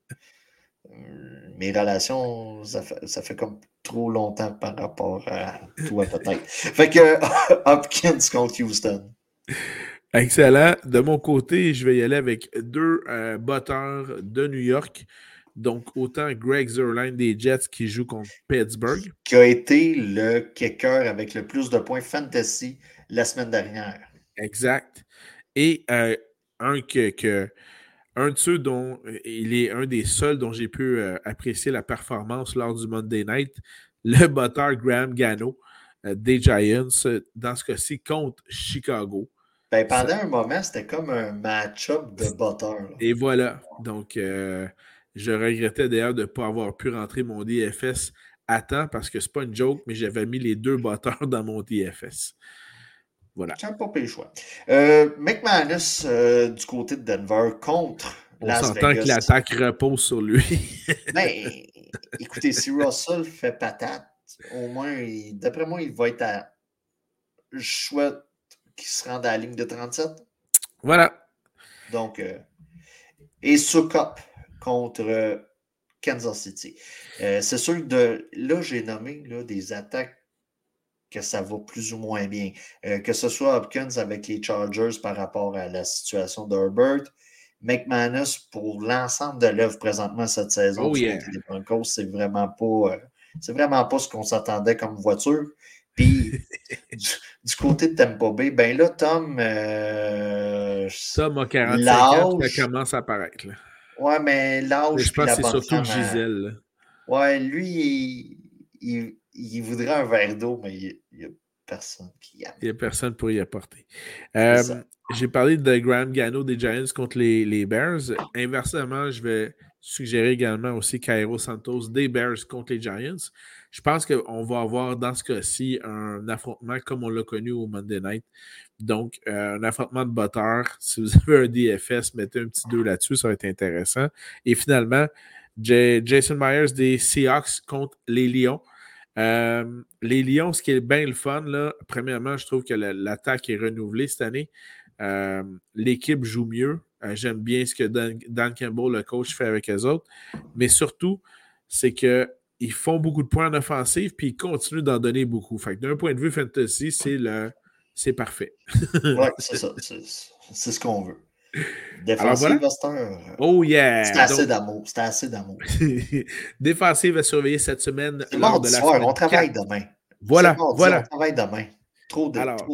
Mes relations, ça fait comme trop longtemps par rapport à toi peut-être. Fait que Hopkins contre Houston. Excellent. De mon côté, je vais y aller avec deux batteurs de New York. Donc, autant Greg Zuerlein des Jets qui joue contre Pittsburgh. Qui a été le kicker avec le plus de points fantasy la semaine dernière. Exact. Et un de ceux dont il est un des seuls dont j'ai pu apprécier la performance lors du Monday Night, le batteur Graham Gano des Giants, dans ce cas-ci, contre Chicago. Ben, pendant un moment, c'était comme un match-up de batteurs. Et voilà. Donc, je regrettais d'ailleurs de ne pas avoir pu rentrer mon DFS à temps parce que c'est pas une joke, mais j'avais mis les deux batteurs dans mon DFS. Voilà. C'est un pas pire choix. McManus du côté de Denver contre Las Vegas. On s'entend que l'attaque repose sur lui. Ben, écoutez, si Russell fait patate, au moins, d'après moi, il va être à choix qui se rende à la ligne de 37. Voilà. Donc, et Sukop contre Kansas City. C'est sûr que là, j'ai nommé là, des attaques que ça va plus ou moins bien. Que ce soit Hopkins avec les Chargers par rapport à la situation d'Herbert, McManus pour l'ensemble de l'œuvre présentement cette saison du côté des Broncos, c'est vraiment pas ce qu'on s'attendait comme voiture. Puis du côté de Tampa Bay, ben là, Tom a 45 ans, ça commence à apparaître. Là. Ouais, mais l'âge. Je pense que c'est surtout Gisèle. Là. Ouais, lui, il voudrait un verre d'eau, mais il n'y a personne qui y a. Il n'y a personne pour y apporter. J'ai parlé de Graham Gano des Giants contre les Bears. Inversement, je vais suggérer également aussi Cairo Santos des Bears contre les Giants. Je pense qu'on va avoir dans ce cas-ci un affrontement comme on l'a connu au Monday Night. Donc, un affrontement de batteurs. Si vous avez un DFS, mettez un petit 2 là-dessus, ça va être intéressant. Et finalement, Jason Myers des Seahawks contre les Lions. Les Lions, ce qui est bien le fun, là, premièrement, je trouve que l'attaque est renouvelée cette année. L'équipe joue mieux. J'aime bien ce que Dan Campbell, le coach, fait avec eux autres. Mais surtout, c'est qu'ils font beaucoup de points en offensive puis ils continuent d'en donner beaucoup. Fait que d'un point de vue fantasy, c'est parfait. Oui, c'est ça. C'est ce qu'on veut. Alors voilà. Défensive, Buster. Oh yeah! C'était assez d'amour. C'était assez d'amour. Défensive à surveiller cette semaine C'est lors de mardi la soir, semaine on travaille 4. demain. C'est Voilà, mardi, on voilà. travaille demain. Trop Alors,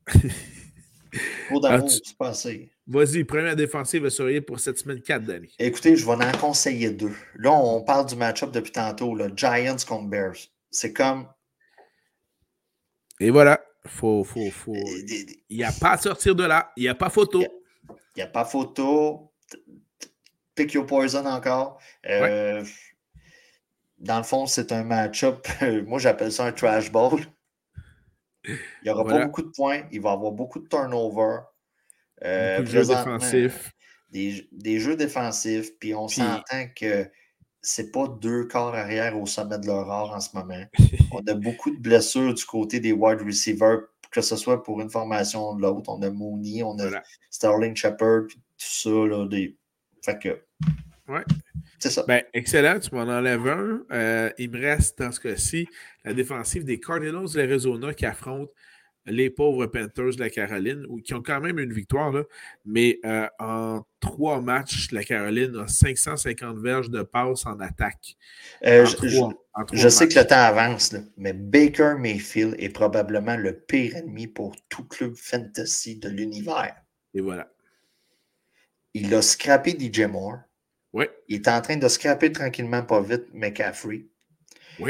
d'amour, c'est pas assez. Vas-y, première défensive à surveiller pour cette semaine 4, Danny. Écoutez, je vais en conseiller 2. Là, on parle du match-up depuis tantôt, là, Giants contre Bears. C'est comme. Et voilà. Il Il n'y a pas à sortir de là. Il n'y a pas photo. n'y a pas photo. Pick your poison encore. Ouais. Dans le fond, c'est un match-up. Moi, j'appelle ça un trash ball. Il n'y aura pas beaucoup de points. Il va y avoir beaucoup de turnover. Beaucoup de jeux Présentement, défensifs. des jeux défensifs. Puis on s'entend que c'est pas deux corps arrière au sommet de leur art en ce moment. On a beaucoup de blessures du côté des wide receivers, que ce soit pour une formation ou de l'autre. On a Mooney, on a Sterling Shepard, puis tout ça. Là, Fait que. Ouais. C'est ça. Ben, excellent, tu m'en enlèves un. Il me reste, dans ce cas-ci, la défensive des Cardinals de l'Arizona qui affrontent les pauvres Panthers de la Caroline, qui ont quand même une victoire, là, mais en 3 matchs, la Caroline a 550 verges de passes en attaque. Je sais que le temps avance, là, mais Baker Mayfield est probablement le pire ennemi pour tout club fantasy de l'univers. Et voilà. Il a scrappé DJ Moore. Oui. Il est en train de scraper tranquillement, pas vite, McCaffrey. Oui.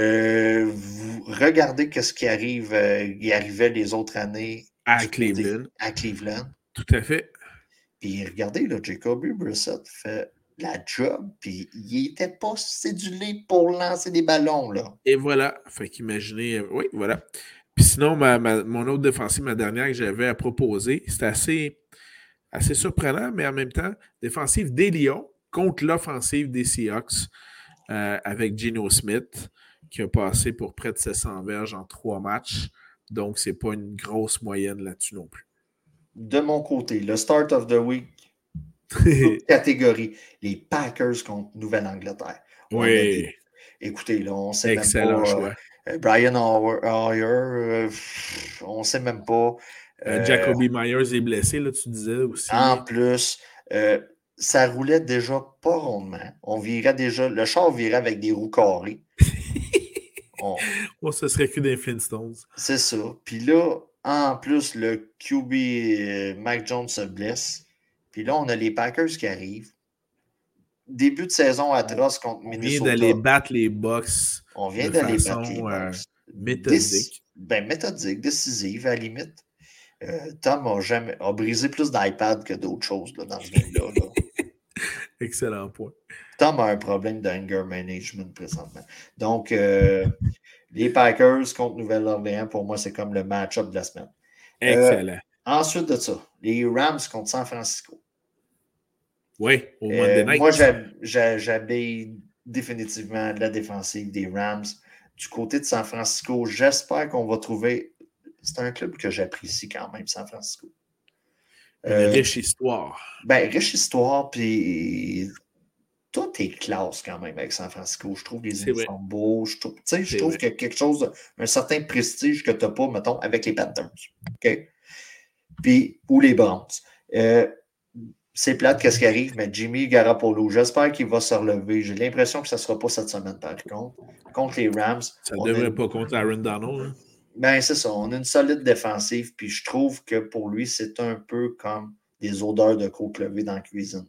Vous regardez ce qui arrive, il arrivait les autres années à Cleveland. À Cleveland. Tout à fait. Puis regardez, là, Jacoby Brissett fait la job, puis il n'était pas cédulé pour lancer des ballons, là. Et voilà. Fait qu'imaginez, oui, voilà. Puis sinon, mon autre défensive, ma dernière que j'avais à proposer, c'était assez surprenant, mais en même temps, défensive des Lions contre l'offensive des Seahawks avec Geno Smith, qui a passé pour près de 700 verges en 3 matchs. Donc, c'est pas une grosse moyenne là-dessus non plus. De mon côté, le start of the week, toute catégorie, les Packers contre Nouvelle-Angleterre. Oui. Écoutez, là, on sait excellent même pas. Choix. Brian Hoyer, on sait même pas. Jacoby Myers est blessé, là, tu disais aussi. En plus, ça roulait déjà pas rondement. On virait déjà. Le char virait avec des roues carrées. Ce serait que des Flintstones. C'est ça. Puis là, en plus, le QB Mac Jones se blesse. Puis là, on a les Packers qui arrivent. Début de saison atroce contre Minnesota. On vient d'aller battre les Bucks. On vient d'aller battre les Bucks. Méthodique. Méthodique, décisive, à la limite. Tom a brisé plus d'iPad que d'autres choses là, dans ce game-là. Là. Excellent point. Tom a un problème d'anger management présentement. Donc, les Packers contre Nouvelle-Orléans, pour moi, c'est comme le match-up de la semaine. Excellent. Ensuite de ça, les Rams contre San Francisco. Oui, au Monday Night. Moi, j'habille définitivement la défensive des Rams. Du côté de San Francisco, j'espère qu'on va trouver... C'est un club que j'apprécie quand même, San Francisco. Une riche histoire. Riche histoire, puis tout est classe quand même avec San Francisco. Je trouve les uniformes beaux. Je trouve qu'il y a quelque chose, un certain prestige que tu n'as pas, mettons, avec les Panthers. OK? Puis, ou les Browns. C'est plate, qu'est-ce qui arrive, mais Jimmy Garoppolo, j'espère qu'il va se relever. J'ai l'impression que ça ne sera pas cette semaine, par contre. Contre les Rams. Ça ne devrait pas contre Aaron Donald. Hein? C'est ça. On a une solide défensive, puis je trouve que pour lui, c'est un peu comme des odeurs de côte levée dans la cuisine.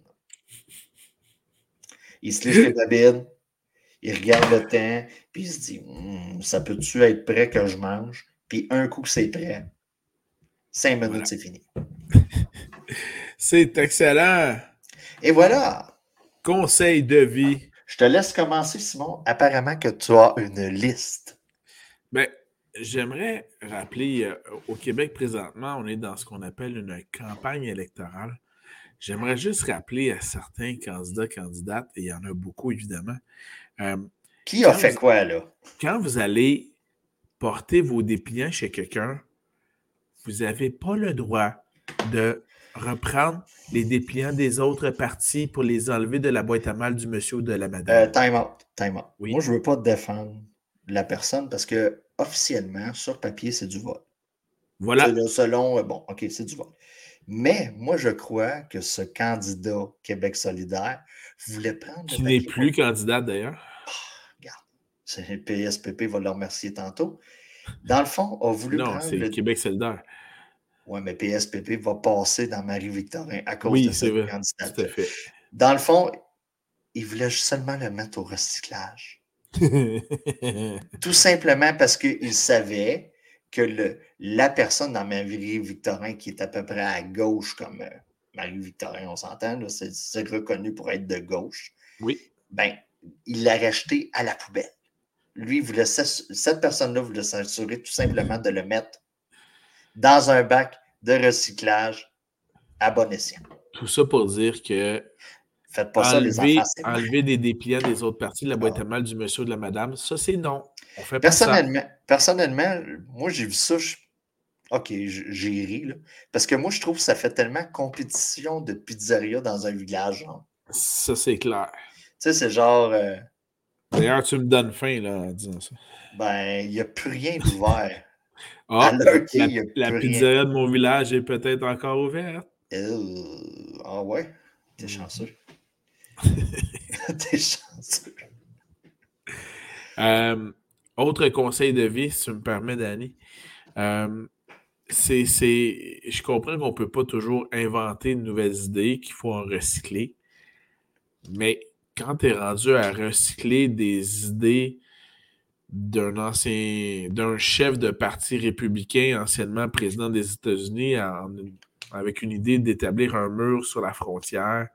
Il se liche les babines, il regarde le temps, puis il se dit ça peut-tu être prêt que je mange? Puis un coup que c'est prêt, 5 minutes, c'est fini. C'est excellent. Et voilà. Conseil de vie. Je te laisse commencer, Simon. Apparemment que tu as une liste. J'aimerais rappeler, au Québec présentement, on est dans ce qu'on appelle une campagne électorale. j'aimerais juste rappeler à certains candidats, candidates, et il y en a beaucoup évidemment, Qui a fait quoi, là? quand vous allez porter vos dépliants chez quelqu'un, vous n'avez pas le droit de reprendre les dépliants des autres parties pour les enlever de la boîte à mal du monsieur ou de la madame. Time out. Oui. Moi, je ne veux pas défendre la personne parce que officiellement, sur papier, c'est du vol. Voilà. Là, selon, bon, OK, c'est du vol. Mais moi, je crois que ce candidat Québec solidaire voulait prendre Qui n'est plus candidat d'ailleurs. Regarde, le PSPP va le remercier tantôt. Dans le fond, a voulu prendre... Non, c'est Québec solidaire. Oui, mais PSPP va passer dans Marie-Victorin à cause de cette candidature. Tout à fait. Dans le fond, il voulait seulement le mettre au recyclage. Tout simplement parce qu'il savait que la personne dans Marie-Victorin qui est à peu près à gauche comme Marie-Victorin, on s'entend, c'est reconnu pour être de gauche. Oui. Ben, il l'a racheté à la poubelle. Lui, cette personne-là voulait s'assurer tout simplement de le mettre dans un bac de recyclage à bon escient. Tout ça pour dire que faites pas ça, les enfants, c'est enlever des dépliants des autres parties de la boîte à mal du monsieur ou de la madame, ça, c'est non. On fait personnellement, moi, j'ai vu ça. OK, j'ai ri, là. Parce que moi, je trouve que ça fait tellement compétition de pizzeria dans un village. Genre. Ça, c'est clair. Tu sais, c'est genre... D'ailleurs, tu me donnes faim, là, en disant ça. Ben, il n'y a plus rien d'ouvert. La pizzeria de mon village est peut-être encore ouverte. Ah ouais? T'es chanceux. T'es chanceux. Autre conseil de vie, si tu me permets, Danny. Je comprends qu'on ne peut pas toujours inventer de nouvelles idées, qu'il faut en recycler. Mais quand tu es rendu à recycler des idées d'un chef de parti républicain, anciennement président des États-Unis, avec une idée d'établir un mur sur la frontière,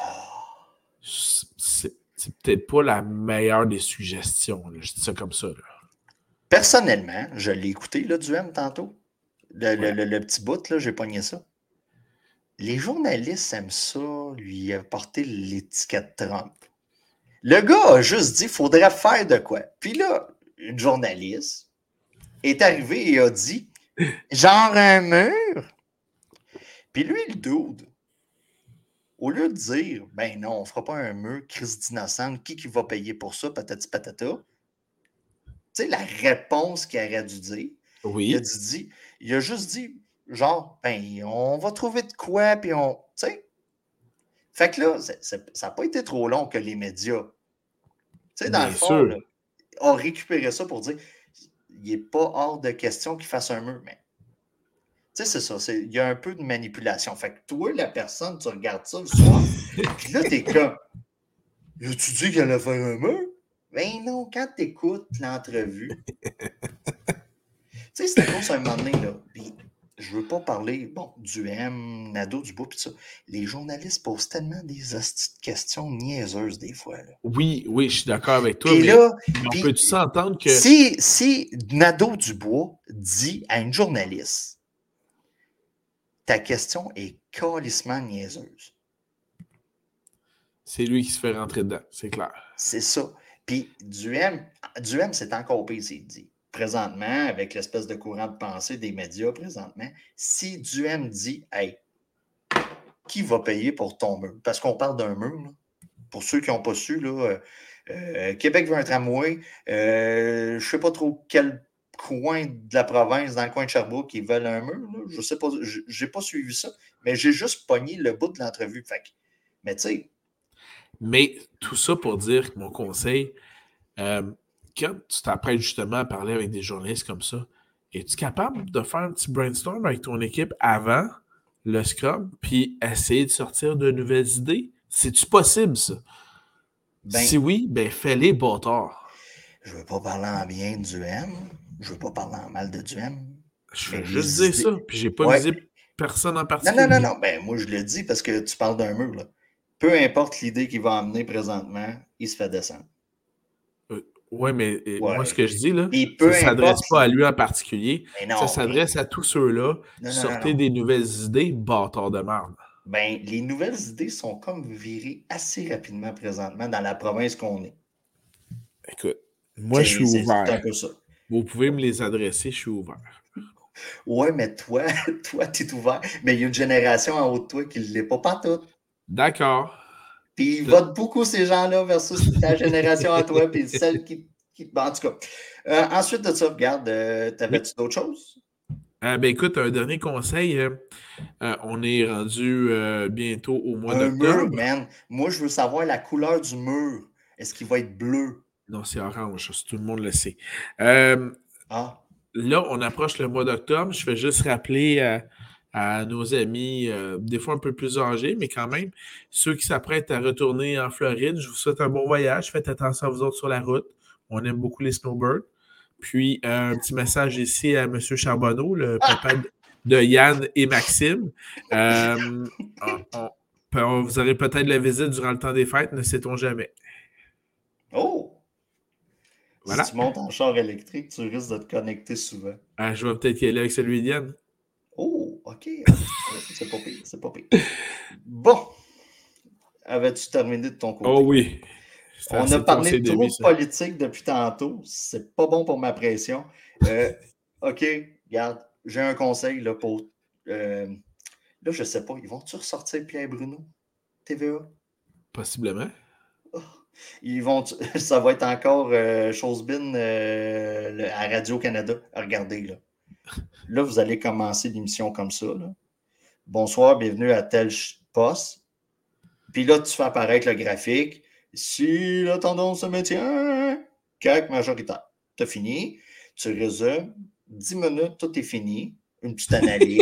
c'est peut-être pas la meilleure des suggestions. Là. Je dis ça comme ça. Là. Personnellement, je l'ai écouté, là, du M tantôt. Le petit bout, là, j'ai pogné ça. Les journalistes aiment ça, lui apporter l'étiquette Trump. Le gars a juste dit qu'il faudrait faire de quoi. Puis là, une journaliste est arrivée et a dit genre un mur. Puis lui, le dude, au lieu de dire ben non, on fera pas un mur, crise d'innocente, qui va payer pour ça, patati patata. Tu sais, la réponse qu'il aurait dû dire, oui. il a juste dit genre, ben, on va trouver de quoi, puis on. Tu sais. Fait que là, ça n'a pas été trop long que les médias, tu sais, dans le fond, là, ont récupéré ça pour dire il n'est pas hors de question qu'il fasse un mur, mais. Tu sais, c'est ça. Il y a un peu de manipulation. Fait que toi, la personne, tu regardes ça le soir, puis là, t'es comme. Tu dis qu'elle allait faire un mur? Ben non, quand tu écoutes l'entrevue. Tu sais, c'est à cause d'un moment donné, là. Puis, je veux pas parler, bon, du M, Nadeau, Dubois, puis ça. Les journalistes posent tellement des questions niaiseuses des fois, là. Oui, je suis d'accord avec toi. Puis là, on peut-tu s'entendre que... Si Nadeau Dubois dit à une journaliste, ta question est calissement niaiseuse. C'est lui qui se fait rentrer dedans, c'est clair. C'est ça. Puis Duhem, c'est encore pire, c'est dit. Présentement, avec l'espèce de courant de pensée des médias présentement, si Duhem dit « Hey, qui va payer pour ton mur? » Parce qu'on parle d'un mur, là. Pour ceux qui n'ont pas su, là, Québec veut un tramway. Je ne sais pas trop quel coin de la province, dans le coin de Sherbrooke, qui veulent un mur. Là. Je ne sais pas, je n'ai pas suivi ça, mais j'ai juste pogné le bout de l'entrevue. Fait que, mais tu sais. Mais tout ça pour dire que mon conseil, quand tu t'apprêtes justement à parler avec des journalistes comme ça, es-tu capable de faire un petit brainstorm avec ton équipe avant le Scrum, puis essayer de sortir de nouvelles idées? C'est-tu possible, ça? Ben, si oui, ben fais-les bâtards. Je veux pas parler en bien de Duhem. Je veux pas parler en mal de Duhem. Je veux juste dire ça, puis j'ai pas visé personne en particulier. Non. Ben, moi, je le dis parce que tu parles d'un mur, là. Peu importe l'idée qu'il va emmener présentement, il se fait descendre. Oui, mais moi, ce que je dis, là, ça ne s'adresse pas à lui en particulier. Ça s'adresse à tous ceux-là. Sortez des nouvelles idées, bâtard de merde. Ben, les nouvelles idées sont comme virées assez rapidement présentement dans la province qu'on est. Écoute, moi, je suis C'est un ouvert. peu ça. Vous pouvez me les adresser, je suis ouvert. Ouais, mais toi, toi, t'es ouvert. Mais il y a une génération en haut de toi qui ne l'est pas partout. D'accord. Puis ils Je- votent beaucoup ces gens-là versus ta génération à toi, puis celle qui... Bon, en tout cas. Ensuite de ça, regarde, Oui. t'avais-tu d'autres choses? Ben écoute, un dernier conseil. On est rendu bientôt au mois Un mur, d'octobre. man. Moi, je veux savoir la couleur du mur. Est-ce qu'il va être bleu? Non, c'est orange, ça, tout le monde le sait. Euh, Ah, Là, on approche le mois d'octobre. Je vais juste rappeler à nos amis, des fois un peu plus âgés, mais quand même, ceux qui s'apprêtent à retourner en Floride, je vous souhaite un bon voyage. Faites attention à vous autres sur la route. On aime beaucoup les snowbirds. Puis, un petit message ici à M. Charbonneau, le papa de Yann et Maxime. Euh, vous aurez peut-être la visite durant le temps des fêtes, ne sait-on jamais. oh! Si Voilà. tu montes en char électrique, tu risques de te connecter souvent. Je vais peut-être y aller avec celui d'Yann. Oh, OK. Ah, ben, c'est pas pire, c'est pas pire. Bon, avais-tu terminé de ton Oh côté? oui, c'est On a assez de parlé conseils de de trop vie, de ça. politique depuis tantôt. C'est pas bon pour ma pression. Euh, OK, regarde, j'ai un conseil là, pour. euh, là, je sais pas, ils vont-tu ressortir Pierre Bruno, TVA? Possiblement. Oh, ils vont, ça va être encore chose bin à Radio-Canada. Regardez, là. Là, vous allez commencer l'émission comme ça. Là. Bonsoir, bienvenue à tel poste. Puis là, tu fais apparaître le graphique. Si la tendance se maintient, CAQ majoritaire. Tu as fini. Tu résumes. 10 minutes, tout est fini. Une petite analyse.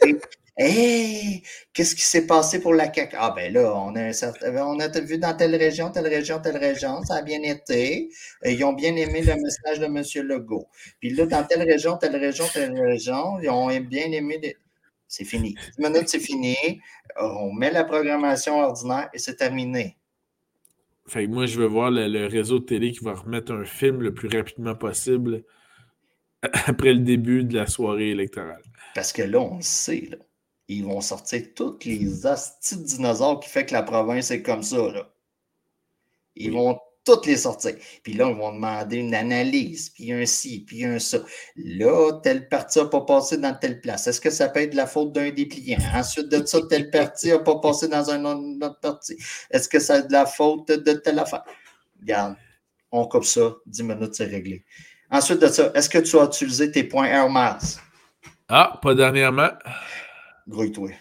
Hey, qu'est-ce qui s'est passé pour la CAQ? Ah, ben là, on a vu dans telle région, telle région, telle région, ça a bien été. Ils ont bien aimé le message de M. Legault. Puis là, dans telle région, telle région, telle région, ils ont bien aimé. C'est fini. 10 minutes, c'est fini. On met la programmation ordinaire et c'est terminé. Fait que moi, je veux voir le réseau de télé qui va remettre un film le plus rapidement possible après le début de la soirée électorale. Parce que là, on le sait, là. Ils vont sortir toutes les astis de dinosaures qui fait que la province est comme ça, là. Ils Oui. vont toutes les sortir. Puis là, ils vont demander une analyse, puis un ci, puis un ça. Là, tel parti n'a pas passé dans telle place. Est-ce que ça peut être de la faute d'un dépliant? Ensuite de ça, tel parti n'a pas passé dans un autre parti. Est-ce que c'est de la faute de telle affaire? Regarde, on coupe ça, 10 minutes, c'est réglé. Ensuite de ça, est-ce que tu as utilisé tes points Air Miles? Ah, pas dernièrement. Grouille-toi.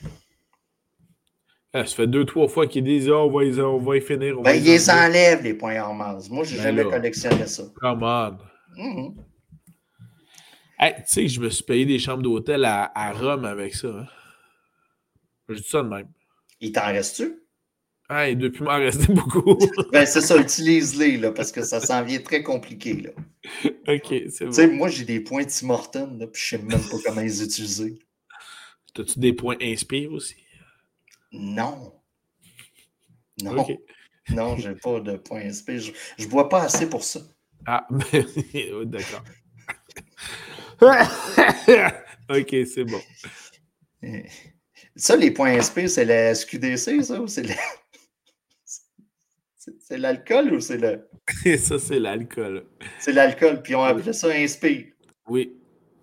Ça fait 2, 3 fois qu'ils disent on va y finir, on Ben, va ils les les enlever. enlèvent, les points Air Miles. Moi, j'ai Ben jamais là, collectionné ça. come on. Mhm. Hey, tu sais que je me suis payé des chambres d'hôtel à Rome avec ça. Hein? Je dis ça de même. Il t'en reste-tu? Hey, depuis, m'en restait beaucoup. Ben, c'est ça, utilise-les, là, parce que ça s'en vient très compliqué, là. OK, c'est Tu sais, bon. moi, j'ai des points Tim Hortons, là, puis je sais même pas comment les utiliser. T'as-tu des points inspire aussi? Non. OK. Non. Non, j'ai pas de points SP. Je bois pas assez pour ça. Ah, d'accord. OK, c'est bon. Ça, les points SP, c'est la SQDC, ça, ou c'est l'alcool ou c'est le. Ça, c'est l'alcool. C'est l'alcool, puis on Oui. appelait ça Inspire. Oui,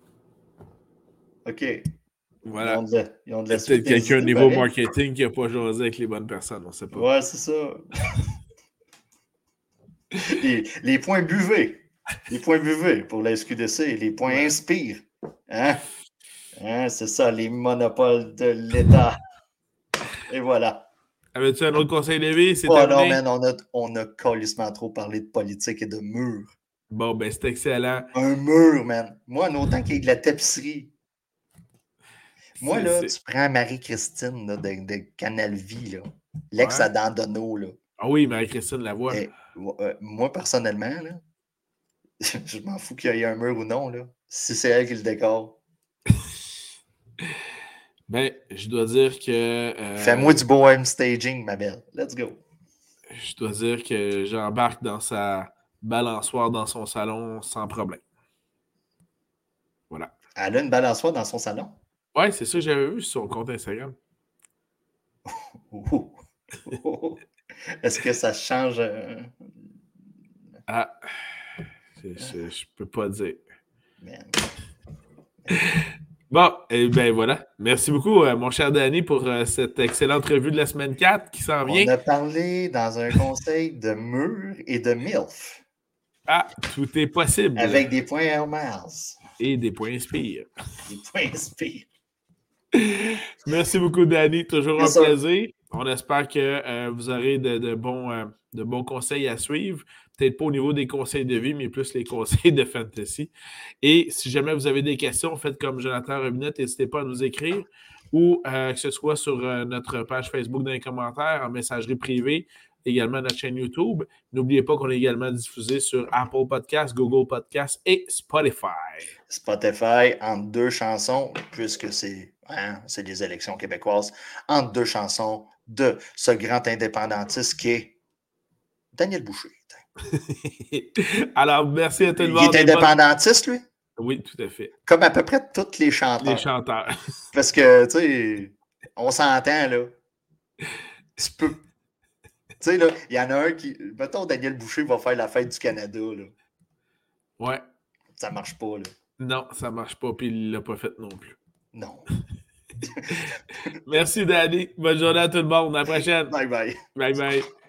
OK. Ils voilà. ont de Il y la a peut-être suite quelqu'un au des idées, niveau pareil. marketing qui n'a pas jasé avec les bonnes personnes, on ne sait pas. Ouais, c'est ça. Les points buvés. Les points buvés pour la SQDC. Les points Voilà. Inspire. Hein? Hein, c'est ça, les monopoles de l'État. Et voilà. Avais-tu un autre conseil de vie? C'est Oh non, terminé? man, on a calissement trop parlé de politique et de murs. Bon, ben, c'est excellent. Un mur, man. Moi, en autant qu'il y ait de la tapisserie. Moi, là, tu prends Marie-Christine là, de Canal Vie, là, l'ex Ouais. à Dandonneau, là. Ah oui, Marie-Christine Lavoie. Et, moi, personnellement, là, je m'en fous qu'il y ait un mur ou non, là. Si c'est elle qui le décore. Ben, je dois dire que Fais-moi du bohem staging, ma belle. Let's go. j'embarque dans sa balançoire dans son salon sans problème. Voilà. Elle a une balançoire dans son salon. Ouais, c'est ça que j'avais vu sur son compte Instagram. Ouh. Est-ce que ça change? Ah, je peux pas dire. Man. Bon, et bien voilà. Merci beaucoup, mon cher Danny, pour cette excellente revue de la semaine 4 qui s'en vient. On a parlé dans un conseil de mur et de MILF. Ah, tout est possible. Avec des points Air Miles. Et des points inspire. Des points inspire. Merci beaucoup, Danny. Toujours Yes, un sir. plaisir. On espère que vous aurez de bons conseils à suivre. Peut-être pas au niveau des conseils de vie, mais plus les conseils de fantasy. Et si jamais vous avez des questions, faites comme Jonathan Robinette, n'hésitez pas à nous écrire ou que ce soit sur notre page Facebook dans les commentaires, en messagerie privée, également notre chaîne YouTube. N'oubliez pas qu'on est également diffusé sur Apple Podcasts, Google Podcasts et Spotify. Spotify, entre deux chansons, puisque c'est des élections québécoises, entre deux chansons de ce grand indépendantiste qui est Daniel Boucher. Alors, merci à tout le monde. Il est indépendantiste, lui? Oui, tout à fait. Comme à peu près tous les chanteurs. Les chanteurs. Parce que, tu sais, on s'entend, là. Tu peux. Tu sais, là, il y en a un qui. Mettons, Daniel Boucher va faire la fête du Canada, là. Ouais. Ça marche pas, là. Non, ça marche pas, puis il l'a pas fait non plus. Non. Merci, Danny. Bonne journée à tout le monde. À la prochaine. Bye bye. Bye bye.